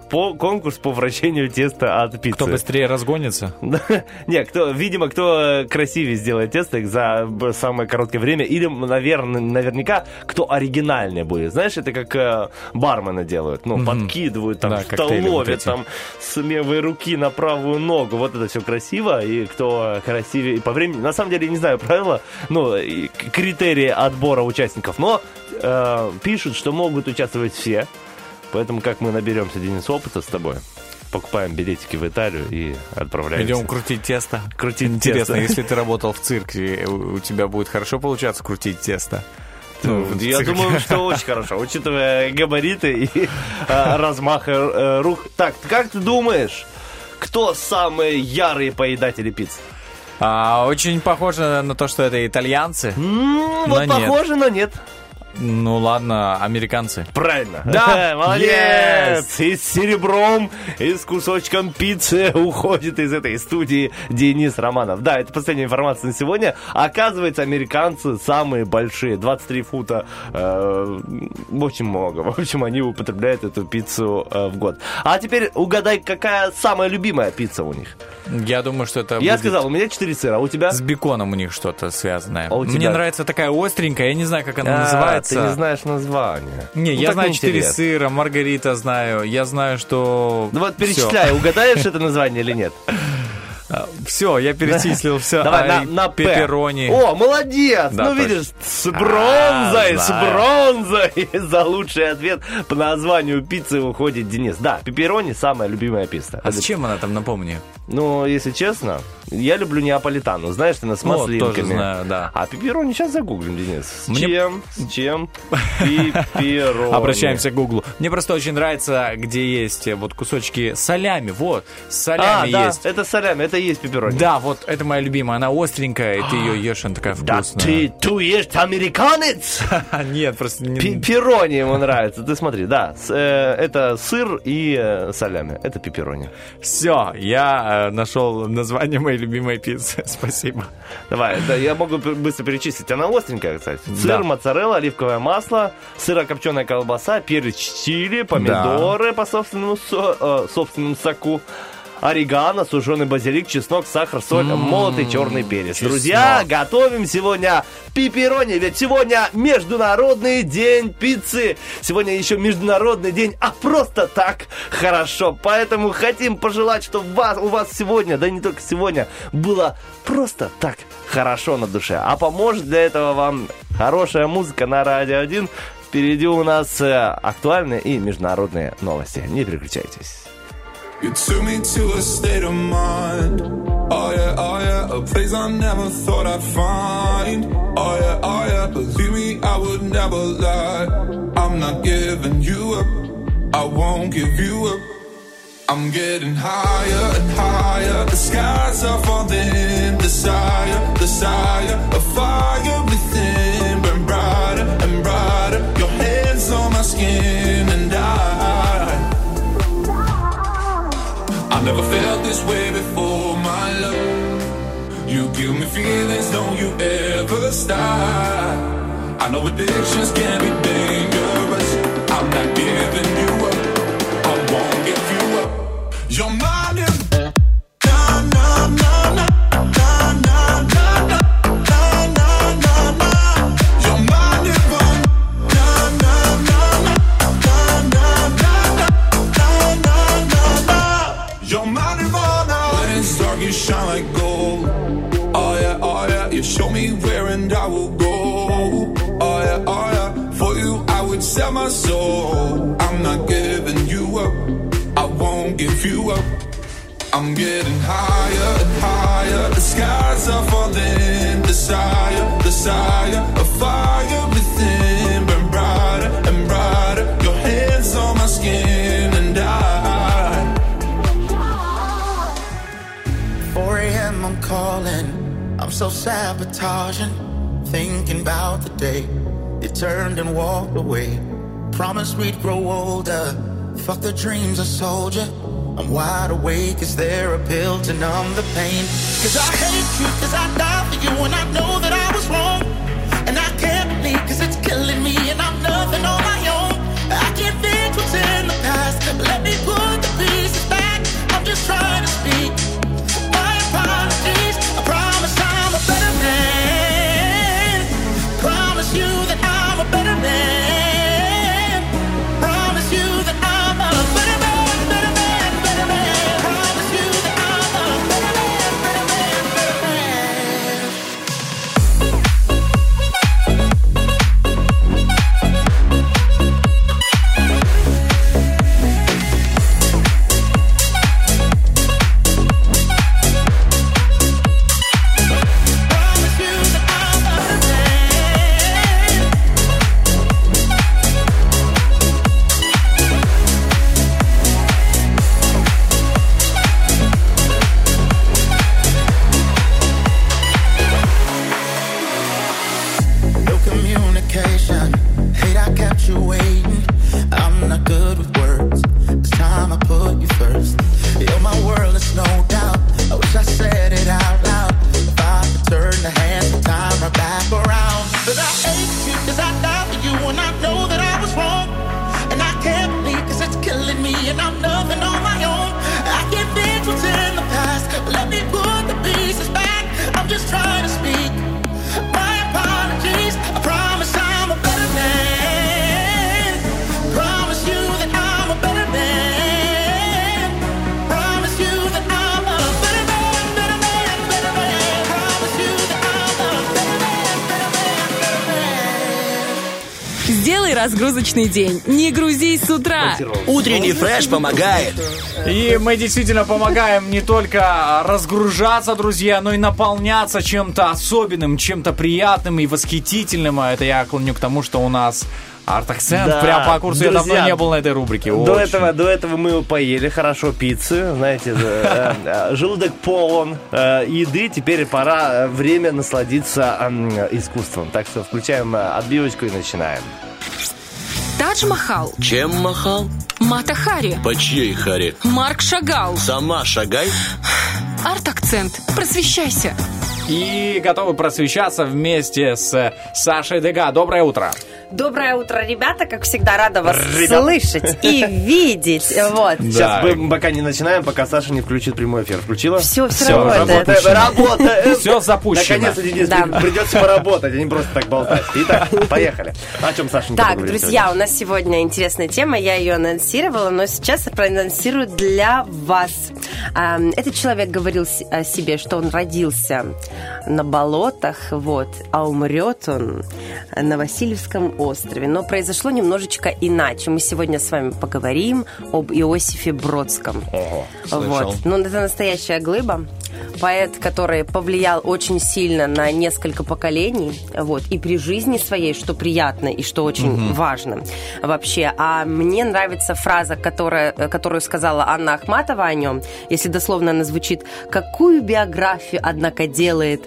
конкурс по вращению теста от пиццы. Кто быстрее разгонится? Не, видимо, кто красивее сделает тесто за самое короткое время, или, наверняка, кто оригинальнее будет. Знаешь, это как бармены делают. Ну, подкидывают, там, что ловят, там, с левой руки на правую ногу. Вот это все красиво, и кто красивее по времени. На самом деле, не знаю правила, ну, критерии отбора участников, но пишут, что могут участвовать все. Поэтому как мы наберемся, Денис, опыта с тобой, покупаем билетики в Италию и отправляемся. Идем крутить тесто. Интересно, если ты работал в цирке, у тебя будет хорошо получаться крутить тесто? Я думаю, что очень хорошо, учитывая габариты и размах рук. Так, как ты думаешь, кто самые ярые поедатели пиццы? Очень похоже на то, что это итальянцы. Вот похоже, но нет. Ну ладно, американцы. Правильно. Да, молодец. И с серебром, и с кусочком пиццы уходит из этой студии Денис Романов. Да, это последняя информация на сегодня. Оказывается, американцы самые большие, 23 фута. Очень много. В общем, они употребляют эту пиццу в год. А теперь угадай, какая самая любимая пицца у них? Я думаю, что это Я сказал, у меня 4 сыра, а у тебя? С беконом у них что-то связанное. Мне нравится такая остренькая, я не знаю, как она называется. Ты не знаешь название. Не, я знаю 4 сыра, маргарита знаю. Я знаю, что... Ну вот перечисляй, угадаешь это название или нет? Все, я перечислил все. Давай на пепперони. О, молодец! Да, ну, видишь, с бронзой за лучший ответ по названию пиццы уходит Денис. Да, пепперони самая любимая пицца. А с чем она там, напомни? Ну, если честно, я люблю неаполитану. Знаешь, ты с маслинками. Тоже знаю, да. А пепперони сейчас загуглим, Денис. С чем пепперони? Обращаемся к Гуглу. Мне просто очень нравится, где есть вот кусочки солями. Вот, солями есть. Да, это солями, это и есть пепперони. Да, вот, это моя любимая. Она остренькая, и ты ее ешь, она такая вкусная. Да ты ешь американец? Нет, просто... Пепперони ему нравится. Ты смотри, да, это сыр и солями. Это пепперони. Все, я нашел название моей любимой пиццы. Спасибо. Давай, я могу быстро перечислить. Она остренькая, кстати. Сыр, моцарелла, оливковое масло, сырокопченая колбаса, перец чили, помидоры по собственному соку, орегано, сушеный базилик, чеснок, сахар, соль, молотый черный перец. Чеснок. Друзья, готовим сегодня пепперони, ведь сегодня Международный день пиццы. Сегодня еще Международный день, а просто так хорошо. Поэтому хотим пожелать, чтобы у вас сегодня, да не только сегодня, было просто так хорошо на душе. А поможет для этого вам хорошая музыка на Радио 1. Впереди у нас актуальные и международные новости. Не переключайтесь. You took me to a state of mind. Oh yeah, a place I never thought I'd find. Oh yeah, believe me, I would never lie. I'm not giving you up, I won't give you up. I'm getting higher and higher. The skies are falling. Desire, a fire within. Burn brighter and brighter. Your hands on my skin and I've never felt this way before, my love. You give me feelings, don't you ever stop. I know addictions can be dangerous. I'm not giving you up, I won't give you up. You're mine and you shine like gold. Oh yeah, you show me where and I will go. Oh yeah, for you I would sell my soul. I'm not giving you up, I won't give you up. I'm getting higher and higher. The skies are falling. Desire, a fire within. Burn brighter and brighter. Your hands on my skin and 4 a.m. I'm calling, I'm self-sabotaging, thinking about the day you turned and walked away. Promised we'd grow older, fuck the dreams I sold you. I'm wide awake, is there a pill to numb the pain? Cause I hate you, cause I died for you, and I know that I was wrong. And I can't believe, cause it's killing me, and I'm nothing on my own. I can't fix what's in the past, let me put the wanna back around. Cause I hate you, cause I doubt you, and I know that I was wrong. And I can't believe cause it's killing me, and I'm nothing on my own. I can't fix what's in the past, let me put the pieces back. I'm just trying to speak my apologies. I promise I'm a better man. Promise you that I'm a better man. Promise you that I'm a better man, better man, better man. Promise you that I'm a better man, better man, better man. Сделай разгрузочный день. Не грузись с утра. Утренний фреш помогает. И мы действительно помогаем не только разгружаться, друзья, но и наполняться чем-то особенным, чем-то приятным и восхитительным. А это я клоню к тому, что у нас арт-акцент. Да, прям по курсу. друзья, я давно не был на этой рубрике. До этого мы поели хорошо пиццы, знаете, желудок полон еды, теперь время насладиться искусством. Так что включаем отбивочку и начинаем. Тадж-Махал. Чем махал? Мата Хари. По чьей Хари? Марк Шагал. Сама шагай. Арт-акцент. Просвещайся. И готовы просвещаться вместе с Сашей Дега. Доброе утро. Доброе утро, ребята. Как всегда, рада вас слышать и видеть. Вот. Сейчас мы пока не начинаем, пока Саша не включит прямой эфир. Включила? Все работает. Работает. Все запущено. Наконец-то, Денис, придется поработать, а не просто так болтать. Итак, поехали. О чем Саша не Так, друзья, у нас сегодня интересная тема. Я ее анонсировала, но сейчас я проанонсирую для вас. Этот человек говорил о себе, что он родился на болотах, вот, а умрет он на Васильевском острове. Но произошло немножечко иначе. Мы сегодня с вами поговорим об Иосифе Бродском. Вот. Ну, это настоящая глыба. Поэт, который повлиял очень сильно на несколько поколений, вот, и при жизни своей, что приятно и что очень важно вообще. А мне нравится фраза, которую сказала Анна Ахматова о нем, если дословно она звучит: «Какую биографию, однако, делает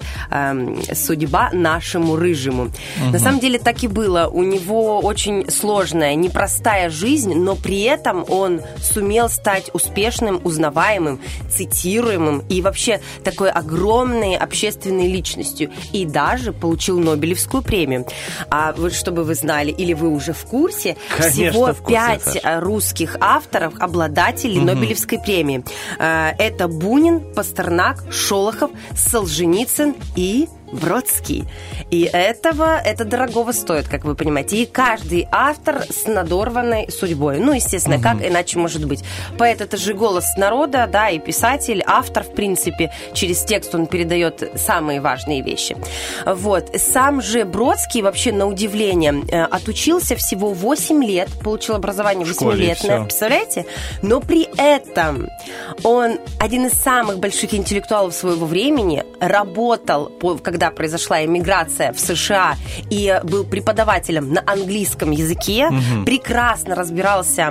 судьба нашему рыжему». На самом деле так и было. У него очень сложная, непростая жизнь, но при этом он сумел стать успешным, узнаваемым, цитируемым и вообще такой огромной общественной личностью. И даже получил Нобелевскую премию. А вот чтобы вы знали, или вы уже в курсе, всего 5 русских авторов, обладателей Нобелевской премии. Это Бунин, Пастернак, Шолохов, Солженицын и Бродский. И это дорогого стоит, как вы понимаете. И каждый автор с надорванной судьбой. Ну, естественно, как иначе может быть. Поэт — это же голос народа, да, и писатель, автор, в принципе, через текст он передает самые важные вещи. Вот. Сам же Бродский, вообще, на удивление, отучился всего 8 лет, получил образование 8-летное, представляете? Но при этом он один из самых больших интеллектуалов своего времени, работал, когда произошла эмиграция в США, и был преподавателем на английском языке, прекрасно разбирался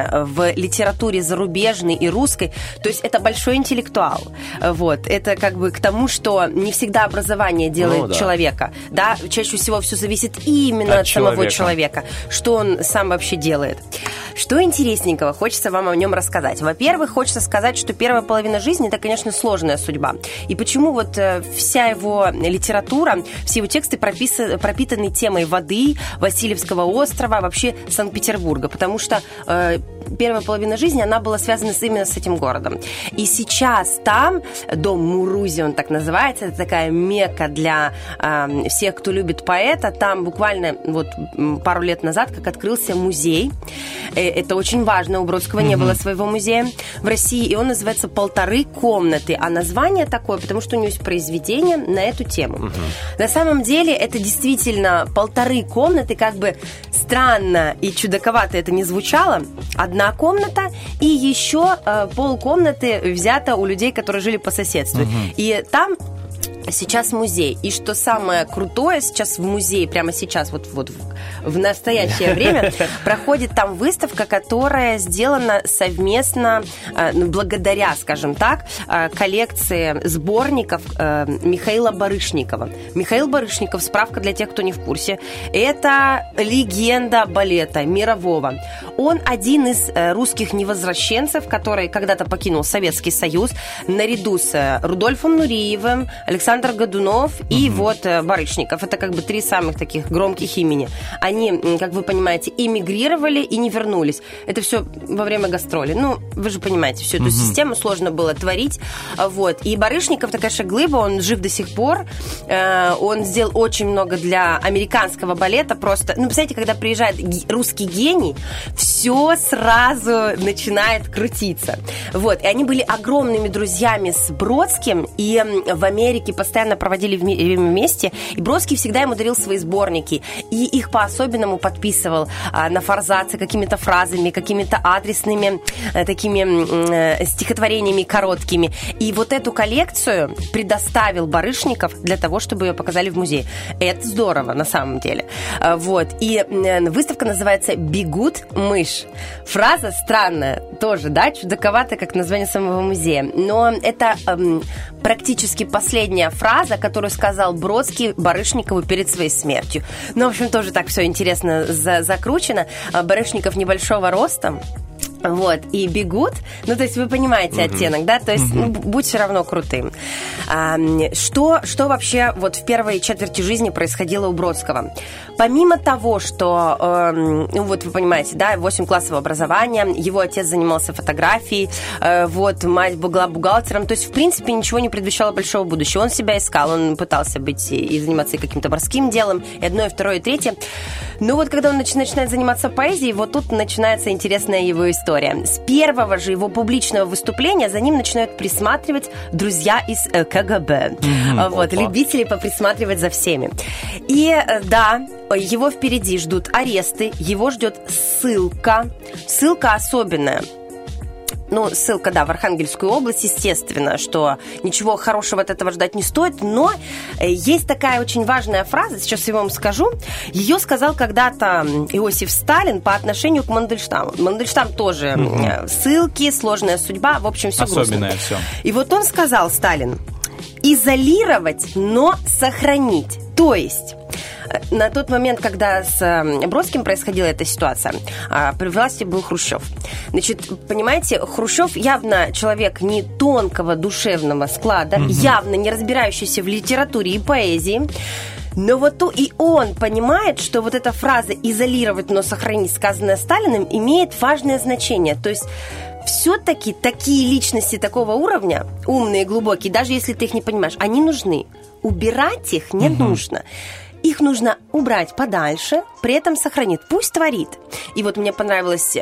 в литературе зарубежной и русской, то есть это большой интеллектуал. Вот. Это как бы к тому, что не всегда образование делает человека, да, чаще всего все зависит именно от самого человека, что он сам вообще делает. Что интересненького хочется вам о нем рассказать? Во-первых, хочется сказать, что первая половина жизни — это, конечно, сложная судьба. И почему вот вся его литература, все его тексты пропитаны темой воды, Васильевского острова, вообще Санкт-Петербурга, потому что первая половина жизни, она была связана именно с этим городом. И сейчас там, дом Мурузи, он так называется, это такая мекка для всех, кто любит поэта. Там буквально вот пару лет назад как открылся музей. Это очень важно, у Бродского не было своего музея в России, и он называется «Полторы комнаты». А название такое, потому что у него есть произведение на эту тему. На самом деле это действительно полторы комнаты, как бы странно и чудаковато это не звучало. Одна комната и еще полкомнаты взято у людей, которые жили по соседству. И там сейчас музей. И что самое крутое, сейчас в музее, прямо сейчас, вот в настоящее время, проходит там выставка, которая сделана совместно, благодаря, скажем так, коллекции сборников Михаила Барышникова. Михаил Барышников, справка для тех, кто не в курсе, это легенда балета мирового. он один из русских невозвращенцев, который когда-то покинул Советский Союз, наряду с Рудольфом Нуриевым, Александр Годунов и вот Барышников. Это как бы 3 самых таких громких имени. Они, как вы понимаете, эмигрировали и не вернулись. Это все во время гастролей. Ну, вы же понимаете, всю эту систему сложно было творить. Вот. И Барышников, такая глыба, он жив до сих пор. Он сделал очень много для американского балета. Просто, ну, представляете, когда приезжает русский гений, все сразу начинает крутиться. Вот. И они были огромными друзьями с Бродским, и в Америке постоянно проводили время вместе, и Бродский всегда ему дарил свои сборники, и их по-особенному подписывал на форзаце какими-то фразами, какими-то адресными такими стихотворениями короткими. И вот эту коллекцию предоставил Барышников для того, чтобы ее показали в музее. Это здорово, на самом деле. Вот. И выставка называется «Бегут мышь». Фраза странная тоже, да, чудаковатая, как название самого музея. Но это практически последняя фраза, которую сказал Бродский Барышникову перед своей смертью. Ну, в общем, тоже так все интересно закручено. Барышников небольшого роста. Вот, и бегут, ну, то есть вы понимаете оттенок, да, то есть будь все равно крутым. Что вообще вот в первой четверти жизни происходило у Бродского? Помимо того, что, ну, вот вы понимаете, да, 8 классов образования, его отец занимался фотографией, вот, мать была бухгалтером, то есть, в принципе, ничего не предвещало большого будущего. Он себя искал, он пытался быть и заниматься каким-то морским делом, и одно, и второе, и третье. Но вот когда он начинает заниматься поэзией, вот тут начинается интересная его история. С первого же его публичного выступления за ним начинают присматривать друзья из КГБ. Вот, любители поприсматривать за всеми. И да, его впереди ждут аресты, его ждет ссылка. Ссылка особенная. Ну, ссылка, да, в Архангельскую область, естественно, что ничего хорошего от этого ждать не стоит, но есть такая очень важная фраза, сейчас я вам скажу, ее сказал когда-то Иосиф Сталин по отношению к Мандельштаму. Мандельштам тоже ссылки, сложная судьба, в общем, все грустно. Особенное все. И вот он сказал, Сталин, изолировать, но сохранить. То есть на тот момент, когда с Бродским происходила эта ситуация, при власти был Хрущев. Значит, понимаете, Хрущев явно человек не тонкого душевного склада, явно не разбирающийся в литературе и поэзии. Но вот и он понимает, что вот эта фраза «изолировать, но сохранить», сказанная Сталиным, имеет важное значение. То есть все-таки такие личности такого уровня, умные, глубокие, даже если ты их не понимаешь, они нужны. Убирать их не нужно. Их нужно убрать подальше, при этом сохранить. Пусть творит. И вот мне понравилась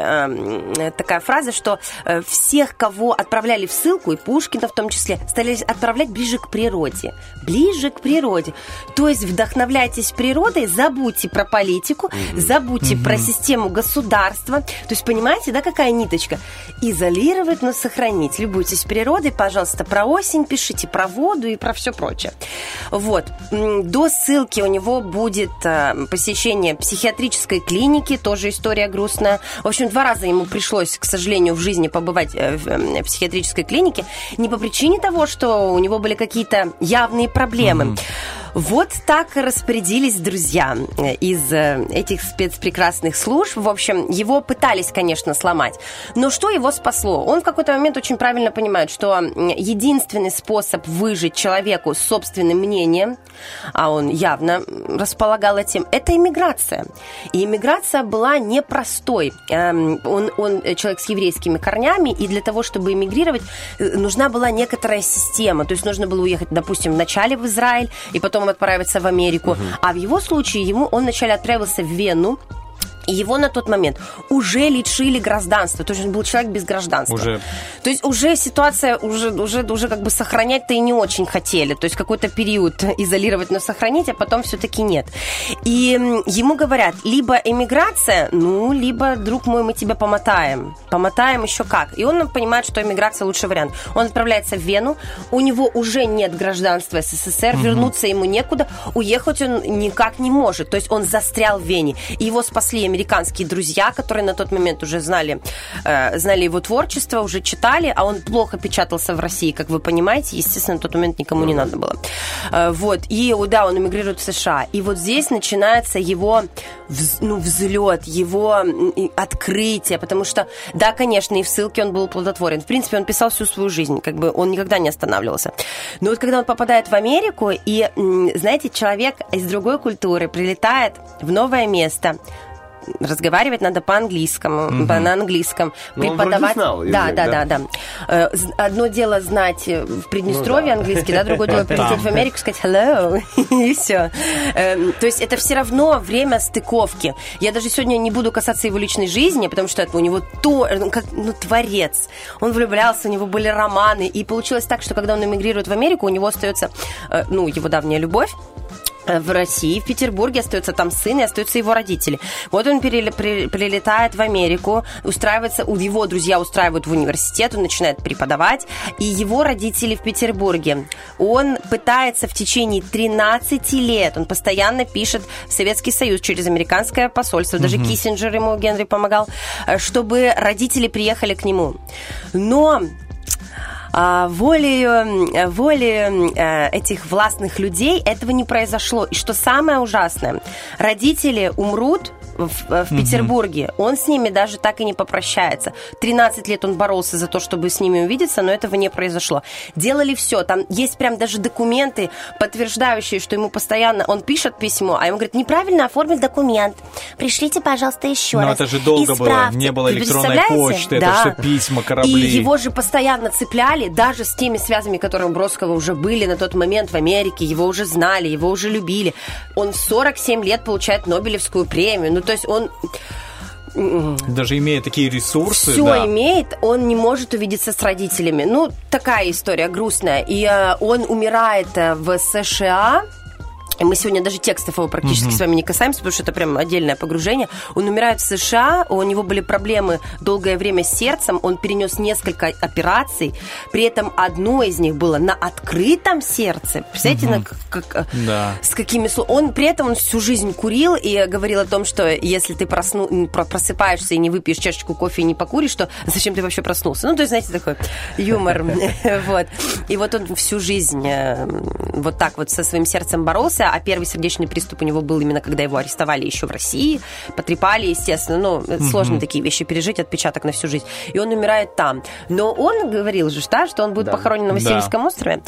такая фраза, что всех, кого отправляли в ссылку, и Пушкина в том числе, стали отправлять ближе к природе. Ближе к природе. То есть вдохновляйтесь природой, забудьте про политику, забудьте про систему государства. То есть понимаете, да, какая ниточка? Изолировать, но сохранить. Любуйтесь природой, пожалуйста, про осень пишите, про воду и про все прочее. Вот. До ссылки у него будет посещение психиатрической клиники, тоже история грустная. В общем, 2 раза ему пришлось, к сожалению, в жизни побывать в психиатрической клинике, не по причине того, что у него были какие-то явные проблемы. Вот так распорядились друзья из этих спецпрекрасных служб. В общем, его пытались, конечно, сломать. Но что его спасло? Он в какой-то момент очень правильно понимает, что единственный способ выжить человеку с собственным мнением, а он явно располагал этим, это иммиграция. И иммиграция была непростой. Он человек с еврейскими корнями, и для того, чтобы эмигрировать, нужна была некоторая система. То есть нужно было уехать, допустим, вначале в Израиль, и потом отправиться в Америку. А в его случае он вначале отправился в Вену, и его на тот момент уже лишили гражданства. То есть он был человек без гражданства. То есть уже ситуация, уже как бы сохранять-то и не очень хотели. То есть какой-то период изолировать, но сохранить, а потом все-таки нет. И ему говорят, либо эмиграция, либо, друг мой, мы тебя помотаем. Помотаем еще как. И он понимает, что эмиграция лучший вариант. Он отправляется в Вену, у него уже нет гражданства СССР, вернуться ему некуда, уехать он никак не может. То есть он застрял в Вене. И его спасли американцы, американские друзья, которые на тот момент уже знали его творчество, уже читали, а он плохо печатался в России, как вы понимаете, естественно, на тот момент никому не надо было. Вот, и да, он эмигрирует в США. И вот здесь начинается его взлет, его открытие, потому что, да, конечно, и в ссылке он был плодотворен. В принципе, он писал всю свою жизнь, как бы он никогда не останавливался. Но вот когда он попадает в Америку, и, знаете, человек из другой культуры прилетает в новое место, разговаривать надо по-английскому, на английском, преподавать. Да. Одно дело знать в Приднестровье английский, да, другое дело прилететь в Америку, сказать hello, и все. То есть это все равно время стыковки. Я даже сегодня не буду касаться его личной жизни, потому что это у него творец. Он влюблялся, у него были романы, и получилось так, что когда он эмигрирует в Америку, у него остается, его давняя любовь. В России, в Петербурге остается там сын и остаются его родители. Вот он прилетает в Америку, устраивается, его друзья устраивают в университет, он начинает преподавать, и его родители в Петербурге. Он пытается в течение 13 лет, он постоянно пишет в Советский Союз через американское посольство, даже Киссинджер ему, Генри, помогал, чтобы родители приехали к нему. Но волею этих властных людей этого не произошло. И что самое ужасное, родители умрут в Петербурге, он с ними даже так и не попрощается. 13 лет он боролся за то, чтобы с ними увидеться, но этого не произошло. Делали все. Там есть прям даже документы, подтверждающие, что ему постоянно... Он пишет письмо, а ему говорят, неправильно оформил документ. Пришлите, пожалуйста, еще раз. Но это же долго было. Не было электронной почты, да. Это все письма, корабли. И его же постоянно цепляли, даже с теми связями, которые у Бродского уже были на тот момент в Америке. Его уже знали, его уже любили. Он в 47 лет получает Нобелевскую премию. То есть он... Даже имея такие ресурсы, все имеет, он не может увидеться с родителями. Такая история грустная. И он умирает в США. Мы сегодня даже текстов его практически с вами не касаемся, потому что это прям отдельное погружение. Он умирает в США, у него были проблемы долгое время с сердцем, он перенес несколько операций, при этом одно из них было на открытом сердце. Представляете, с какими словами? При этом он всю жизнь курил и говорил о том, что если ты просыпаешься и не выпьешь чашечку кофе и не покуришь, то зачем ты вообще проснулся? То есть, знаете, такой юмор. И вот он всю жизнь вот так вот со своим сердцем боролся. А первый сердечный приступ у него был именно когда его арестовали еще в России, потрепали, естественно, сложно такие вещи пережить, отпечаток на всю жизнь. И он умирает там. Но он говорил же, что он будет похоронен на Васильевском острове.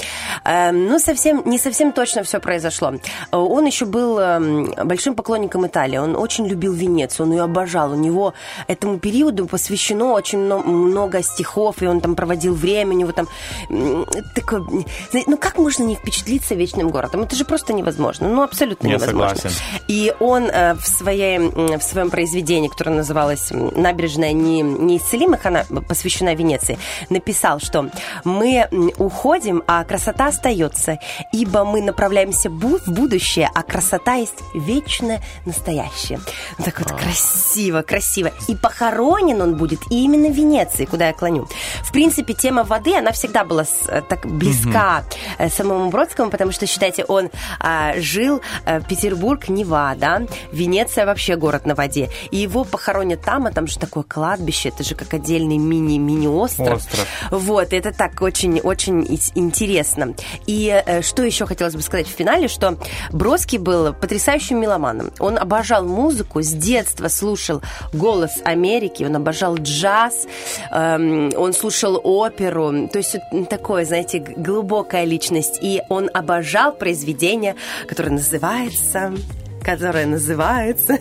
Не совсем точно все произошло. Он еще был большим поклонником Италии. Он очень любил Венецию, он ее обожал. У него этому периоду посвящено очень много стихов, и он там проводил время, у него там такой... как можно не впечатлиться вечным городом? Это же просто невозможно. Абсолютно невозможно. Согласен. И он в своем произведении, которое называлось «Набережная неисцелимых», она посвящена Венеции, написал, что мы уходим, а красота остается, ибо мы направляемся в будущее, а красота есть вечное настоящее. Так вот красиво. И похоронен он будет именно в Венеции, куда я клоню. В принципе, тема воды, она всегда была так близка самому Бродскому, потому что, считайте, он жил Петербург, Нева, да, Венеция вообще город на воде, и его похоронят там, а там же такое кладбище, это же как отдельный мини-остров. Вот, это так очень-очень интересно. И что еще хотелось бы сказать в финале, что Бродский был потрясающим меломаном. Он обожал музыку, с детства слушал «Голос Америки», он обожал джаз, он слушал оперу, то есть такое, знаете, глубокая личность, и он обожал произведения, которое называется... которое называется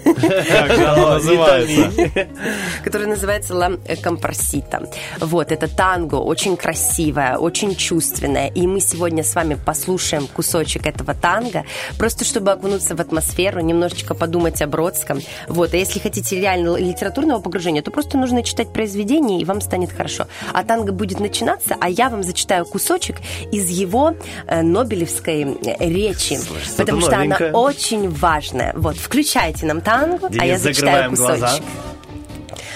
«Ла Компарсита». Вот, это танго, очень красивое, очень чувственное. И мы сегодня с вами послушаем кусочек этого танго, просто чтобы окунуться в атмосферу, немножечко подумать о Бродском. Вот, а если хотите реально литературного погружения, то просто нужно читать произведение, и вам станет хорошо. А танго будет начинаться, а я вам зачитаю кусочек из его Нобелевской речи, потому что она очень важная. Вот, включайте нам танго, а я зачитаю кусочек. Глаза.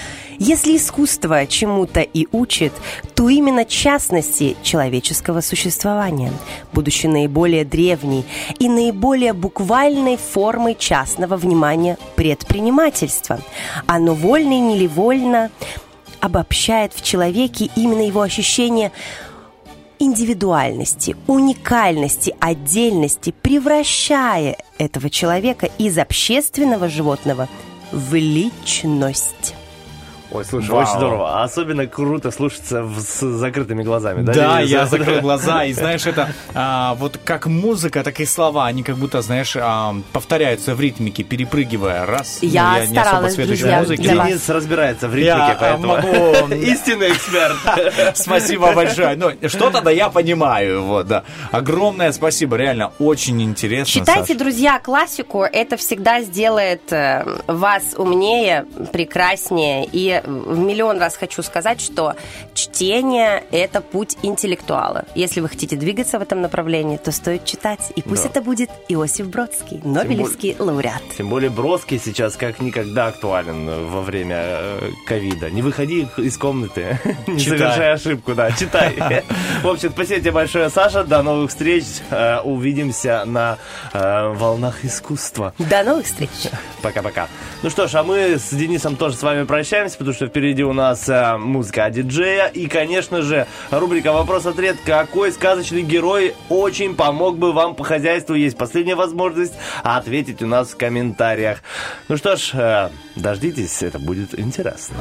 Если искусство чему-то и учит, то именно частности человеческого существования, будучи наиболее древней и наиболее буквальной формой частного внимания предпринимательства. Оно вольно и невольно обобщает в человеке именно его ощущение индивидуальности, уникальности, отдельности, превращая этого человека из общественного животного в личность. Ой, слушай, Вау. очень здорово. Особенно круто слушаться с закрытыми глазами. Да, я закрыл глаза, и знаешь, это вот как музыка, так и слова, они как будто, знаешь, повторяются в ритмике, перепрыгивая. Раз, Я не особо старалась, следующей друзья, музыки. для вас. Денис разбирается в ритмике, Я поэтому могу... истинный эксперт. Спасибо большое. Ну, что-то да я понимаю, вот, да. Огромное спасибо, реально, очень интересно. Читайте, Саш. друзья, классику. Это всегда сделает вас умнее, прекраснее. И в миллион раз хочу сказать, что чтение – это путь интеллектуала. Если вы хотите двигаться в этом направлении, то стоит читать. И пусть это будет Иосиф Бродский, Нобелевский лауреат. Тем более Бродский сейчас как никогда актуален во время ковида. Не выходи из комнаты, не совершай ошибку, да, читай. В общем, спасибо тебе большое, Саша. До новых встреч. Увидимся на волнах искусства. До новых встреч. Пока-пока. Ну что ж, а мы с Денисом тоже с вами прощаемся, потому что впереди у нас музыка от диджея. И, конечно же, рубрика «Вопрос-ответ». Какой сказочный герой очень помог бы вам по хозяйству? Есть последняя возможность ответить у нас в комментариях. Ну что ж, дождитесь, это будет интересно.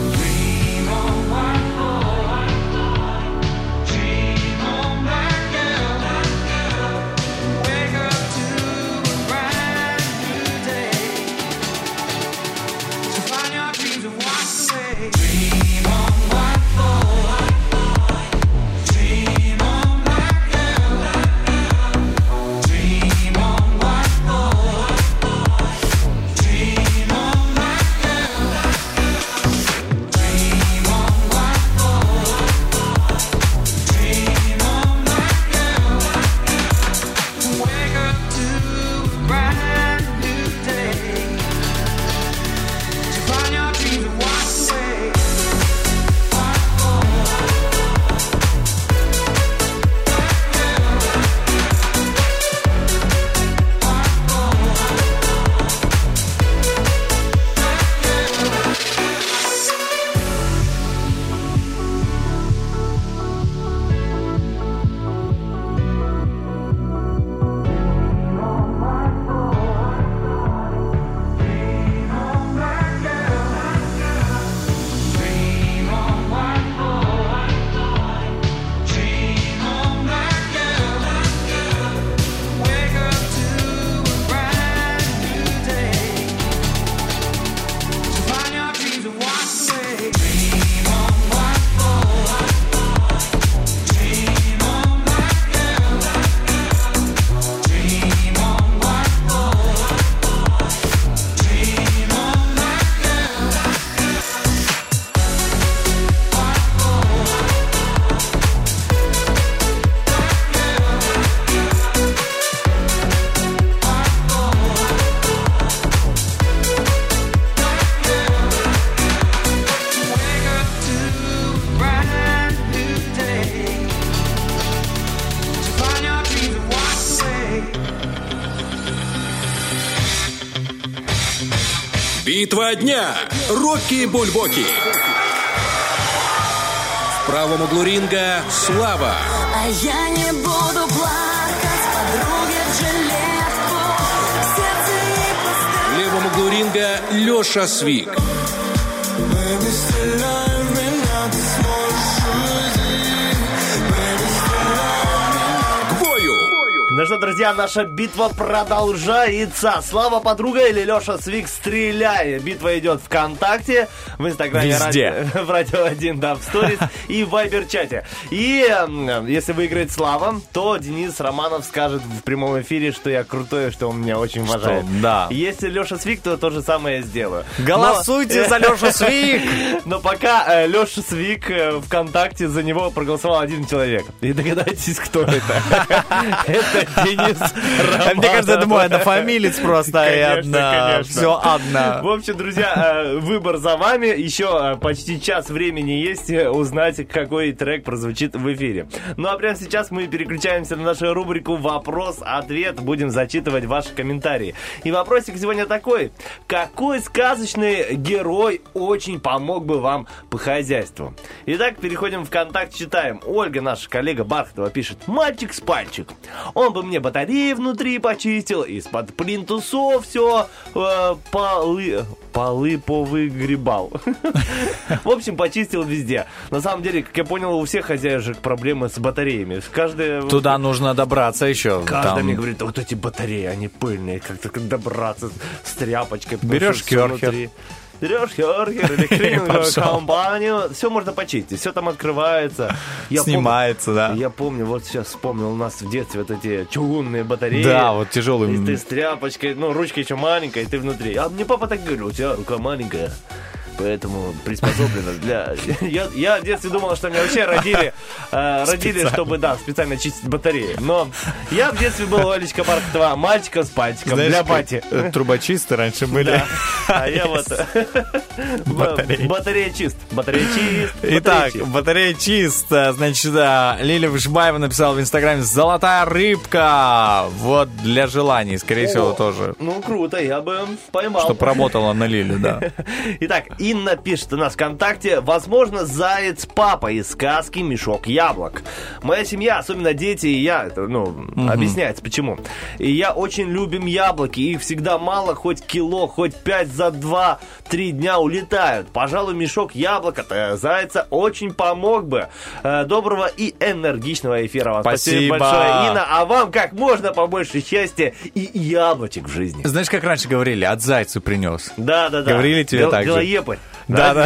Битва дня. Рокки Бульбоки. В правом углу ринга Слава. А я не буду плакать подруге в жилетку. В сердце ей поставить. В левом углу ринга Леша Свик. Baby, стреляй в меня, ты сможешь уйти. Baby, стреляй в меня. К бою. Ну что, друзья, наша битва продолжается. Слава, подруга или Леша Свик, стреляй. Битва идет ВКонтакте, в Инстаграме, в Радио 1, да, в Сторис и в Вайбер-чате. И если выиграет Слава, то Денис Романов скажет в прямом эфире, что я крутой, что он меня очень уважает. Да. Если Леша Свик, то то же самое я сделаю. Голосуйте за Лешу Свик! Но пока Леша Свик ВКонтакте, за него проголосовал один человек. И догадайтесь, кто это. Это Денис Романов. Мне кажется, это мой однофамилец просто. Конечно. Все одно. В общем, друзья, выбор за вами. Еще почти час времени есть узнать, какой трек прозвучит в эфире. Ну а прямо сейчас мы переключаемся на нашу рубрику «Вопрос-ответ». Будем зачитывать ваши комментарии. И вопросик сегодня такой. Какой сказочный герой очень помог бы вам по хозяйству? Итак, переходим в ВКонтакт, читаем. Ольга, наша коллега Бархатова, пишет: мальчик с пальчик. Он бы мне батареи внутри почистил, из-под плинтусов все полы повыгребал. В общем, почистил везде. На самом деле, как я понял, у всех хозяек проблемы с батареями. Туда нужно добраться еще. Каждый мне говорит: вот эти батареи, они пыльные, как-то как добраться с тряпочкой. Берешь керхер. Берешь керхер или клининговую компанию, все можно почистить, все там открывается. Снимается, да. Я помню, вот сейчас вспомнил, у нас в детстве вот эти чугунные батареи. Да, вот тяжелые. И ты с тряпочкой, ручка еще маленькая, и ты внутри. А мне папа так говорил: у тебя рука маленькая, поэтому приспособлено для... Я в детстве думал, что меня вообще родили, чтобы, специально чистить батареи. Но я в детстве был, Олечка Бархатова, мальчиком с пальчиком. Знаешь, для бати. Трубочисты раньше были. Да. А я вот... Батарея чист. Итак, батарея чист. Значит, Лилия Вышибаева написала в Инстаграме: золотая рыбка. Вот для желаний, скорее всего, тоже. Ну, круто, я бы поймал. Чтоб работала на Лиле, да. Итак, Инна пишет у нас ВКонтакте: возможно, заяц папа из сказки «Мешок яблок». Моя семья, особенно дети и я, объясняется почему. И я очень любим яблоки, их всегда мало, хоть кило, хоть 5 за 2-3 дня улетают. Пожалуй, мешок яблок от зайца очень помог бы. Доброго и энергичного эфира вам. Спасибо большое, Инна. А вам как можно побольше счастья и яблочек в жизни. Знаешь, как раньше говорили: от зайцу принес. Да. Говорили тебе так же? Голоепы. Да.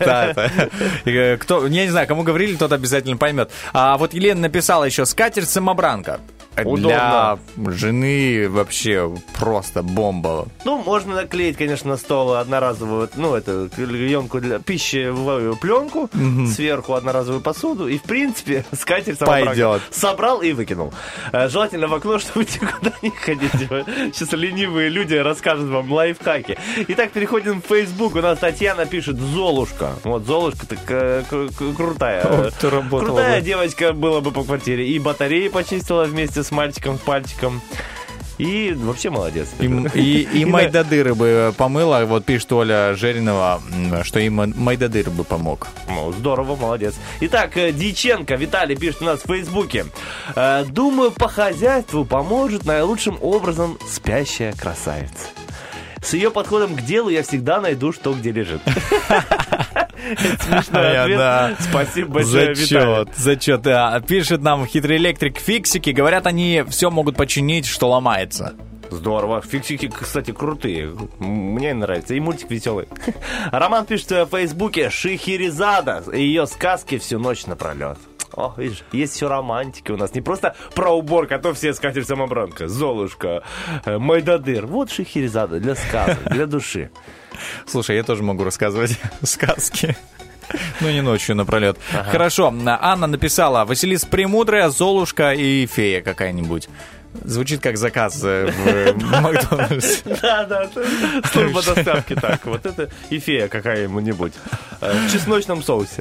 Кто, я не знаю, кому говорили, тот обязательно поймет. А вот Елена написала еще: скатерть-самобранка. Для жены вообще просто бомба. Можно наклеить, конечно, на стол одноразовую, эту клеенку для пищевую пленку, сверху одноразовую посуду, и, в принципе, скатерть-самобранка. Пойдет. Собрал и выкинул. Желательно в окно, чтобы никуда не ходить. Сейчас ленивые люди расскажут вам лайфхаки. Итак, переходим в Facebook. У нас Татьяна пишет: Золушка. Вот, Золушка такая крутая. Крутая девочка была бы по квартире. И батареи почистила вместе с мальчиком-пальчиком. И вообще молодец. И Майдадыр бы помыла. Вот пишет Оля Жеринова, что и Майдадыр бы помог. Здорово, молодец. Итак, Дьяченко Виталий пишет у нас в Фейсбуке: думаю, по хозяйству поможет наилучшим образом спящая красавица. С ее подходом к делу я всегда найду, что где лежит. Это смешной ответ. Да. Спасибо большое, Виталий. Зачет. Пишет нам хитрый электрик: фиксики. Говорят, они все могут починить, что ломается. Здорово. Фиксики, кстати, крутые. Мне нравится. И мультик веселый. Роман пишет в Фейсбуке: Шахерезада. Ее сказки всю ночь напролет. О, видишь, есть все романтики у нас. Не просто про уборку, а то все скатерть-самобранка, Золушка, Майдадыр. Вот Шахерезада для сказок, для души. Слушай, я тоже могу рассказывать сказки. Ну, не ночью напролет. Ага. Хорошо, Анна написала: Василис Премудрая, Золушка и фея какая-нибудь. Звучит как заказ в Макдональдсе. Да, служба доставки так. Вот это и фея какая-нибудь в чесночном соусе.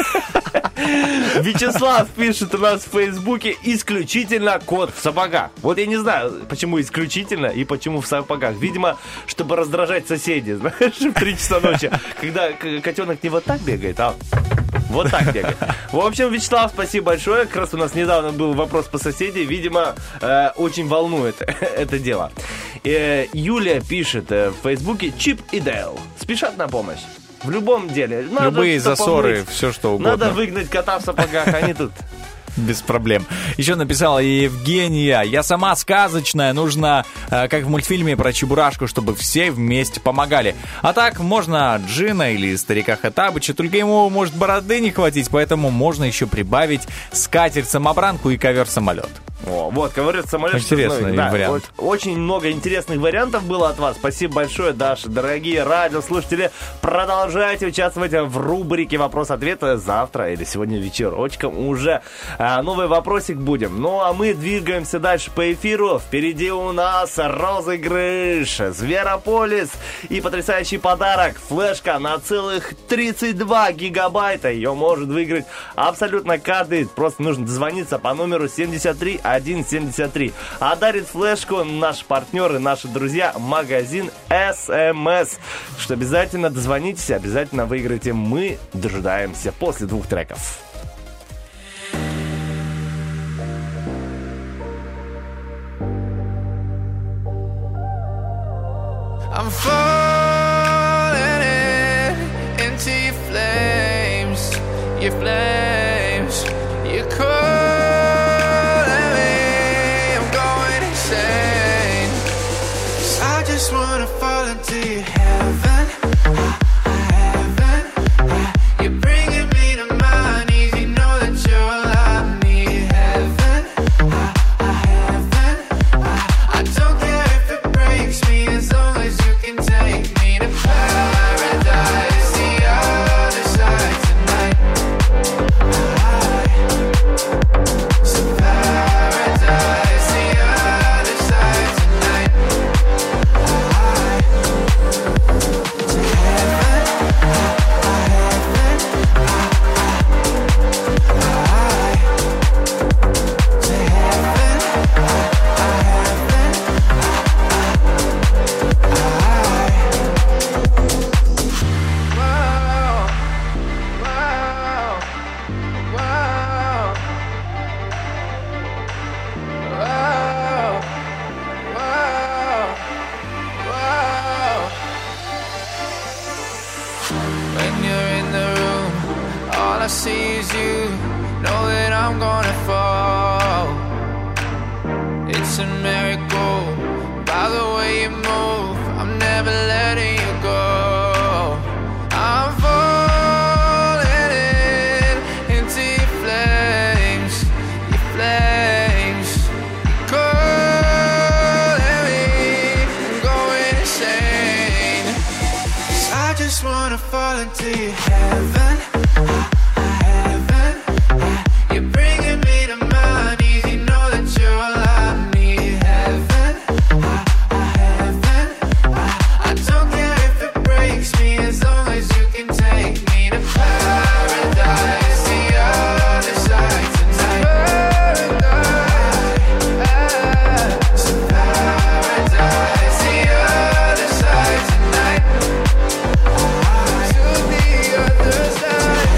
Вячеслав пишет у нас в Фейсбуке: исключительно кот в сапогах. Вот я не знаю, почему исключительно и почему в сапогах. Видимо, чтобы раздражать соседей, знаешь, в 3 часа ночи, когда котенок не вот так бегает, а вот так бегает. В общем, Вячеслав, спасибо большое. Как раз у нас недавно был вопрос по соседей. Видимо, очень волнует это дело. Юлия пишет в Фейсбуке: Чип и Дейл спешат на помощь. В любом деле. Любые засоры, все что угодно. Надо выгнать кота в сапогах, они тут... Без проблем. Еще написала Евгения: я сама сказочная, нужно, как в мультфильме про Чебурашку, чтобы все вместе помогали. А так можно Джина или старика Хоттабыча, только ему может бороды не хватить, поэтому можно еще прибавить скатерть-самобранку и ковер-самолет. Вот, говорят, самолет. Интересный вариант. Вот, очень много интересных вариантов было от вас. Спасибо большое, Даша. Дорогие радиослушатели, продолжайте участвовать в рубрике «Вопрос-ответ» завтра или сегодня вечерочком. Уже новый вопросик будем. Ну, а мы двигаемся дальше по эфиру. Впереди у нас розыгрыш «Зверополис» и потрясающий подарок. Флешка на целых 32 гигабайта. Ее может выиграть абсолютно каждый. Просто нужно дозвониться по номеру 73173. А дарит флешку наш партнер и наши друзья магазин SMS. Что обязательно дозвонитесь, обязательно выиграете. Мы дожидаемся после 2 треков. I'm falling into your flames, your flames. You're calling me, I'm going insane. 'Cause I just wanna fall into your heaven, heaven. You're bringing me to my knees, you know that you're all I need. Heaven, heaven. I don't care if it breaks me, as long as you can take me to paradise, the other side tonight. So paradise, the other side tonight. To heaven, when you're in the room, all I see is you. Know that I'm gonna fall. It's a miracle by the way you move. I'm never letting you go. I'm falling into your flames, your flames. You're calling me, I'm going insane. 'Cause I just wanna fall into your heaven, heaven. You're bringing me to my knees, you know that you're all I need. Heaven, heaven. I don't care if it breaks me, as long as you can take me to paradise, the other side tonight. Paradise, so paradise, the other side tonight. To the other side.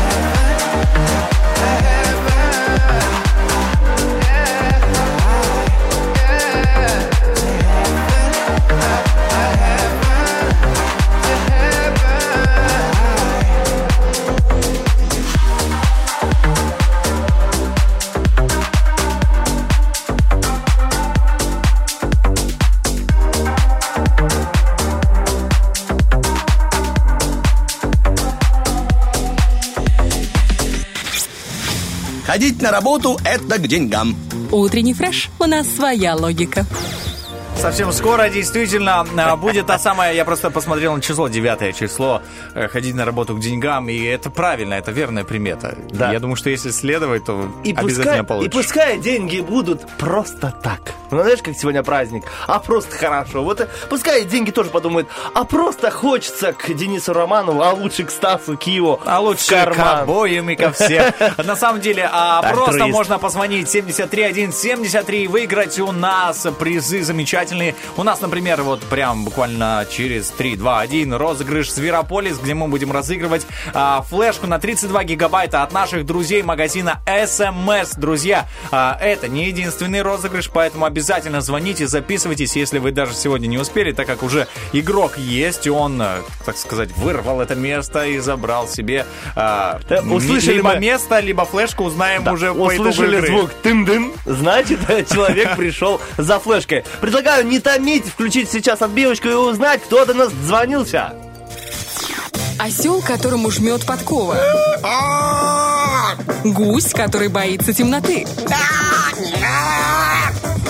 Ходить на работу – это к деньгам. Утренний фреш. У нас своя логика. Совсем скоро действительно будет та самая, я просто посмотрел на число, 9 число, ходить на работу к деньгам, и это правильно, это верная примета. Да. Я думаю, что если следовать, то обязательно получится. И пускай деньги будут просто так. Ну, знаешь, как сегодня праздник, а просто хорошо. Вот пускай деньги тоже подумают, а просто хочется к Денису Романову, а лучше к Стасу Киеву. А лучше к обоим и ко всем. На самом деле, просто можно позвонить 73173 и выиграть у нас призы замечательные. У нас, например, вот прям буквально через 3, 2, 1 розыгрыш «Зверополис», где мы будем разыгрывать флешку на 32 гигабайта от наших друзей магазина SMS. Друзья, это не единственный розыгрыш, поэтому обязательно звоните, записывайтесь, если вы даже сегодня не успели, так как уже игрок есть, и он, так сказать, вырвал это место и забрал себе либо место, либо флешку, узнаем уже по итогу игры. Услышали звук «тын-дын», значит, человек пришел за флешкой. Предлагаю не томить, включить сейчас отбивочку и узнать, кто до нас звонился. Осел, которому жмет подкова. Гусь, который боится темноты.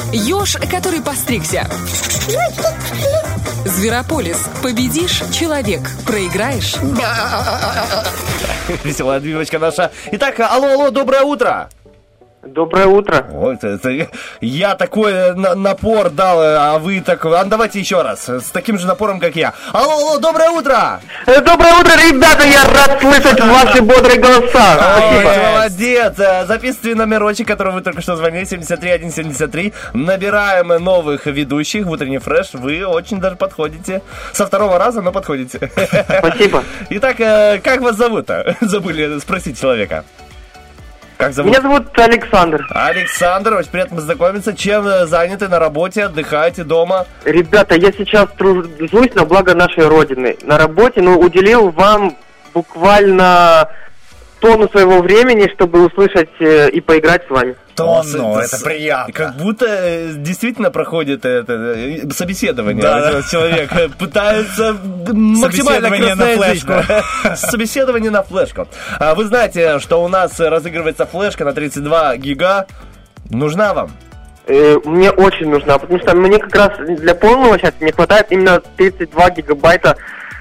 Ёж, который постригся. Зверополис. Победишь — человек. Проиграешь — Веселая отбивочка наша. Итак, алло, доброе утро. Доброе утро. Вот это я такой напор дал, а вы такой. А давайте еще раз, с таким же напором, как я. Алло, доброе утро! Доброе утро, ребята, я рад слышать ваши бодрые голоса. Ой, молодец! Записывайте номерочек, который вы только что звонили, 73173. Набираем новых ведущих в утренний фреш. Вы очень даже подходите. Со второго раза, но подходите. Спасибо. Итак, как вас зовут-то? Забыли спросить человека. Как зовут? Меня зовут Александр. Александр, очень приятно познакомиться. Чем заняты на работе, отдыхаете дома? Ребята, я сейчас тружусь на благо нашей Родины. На работе, но уделил вам буквально тонну своего времени, чтобы услышать и поиграть с вами. Тонну, это приятно. Как будто действительно проходит это собеседование. Да. Человек пытается максимально на флешку. Собеседование на флешку. Вы знаете, что у нас разыгрывается флешка на 32 гига. Нужна вам? Мне очень нужна, потому что мне как раз для полного счастья не хватает именно 32 гигабайта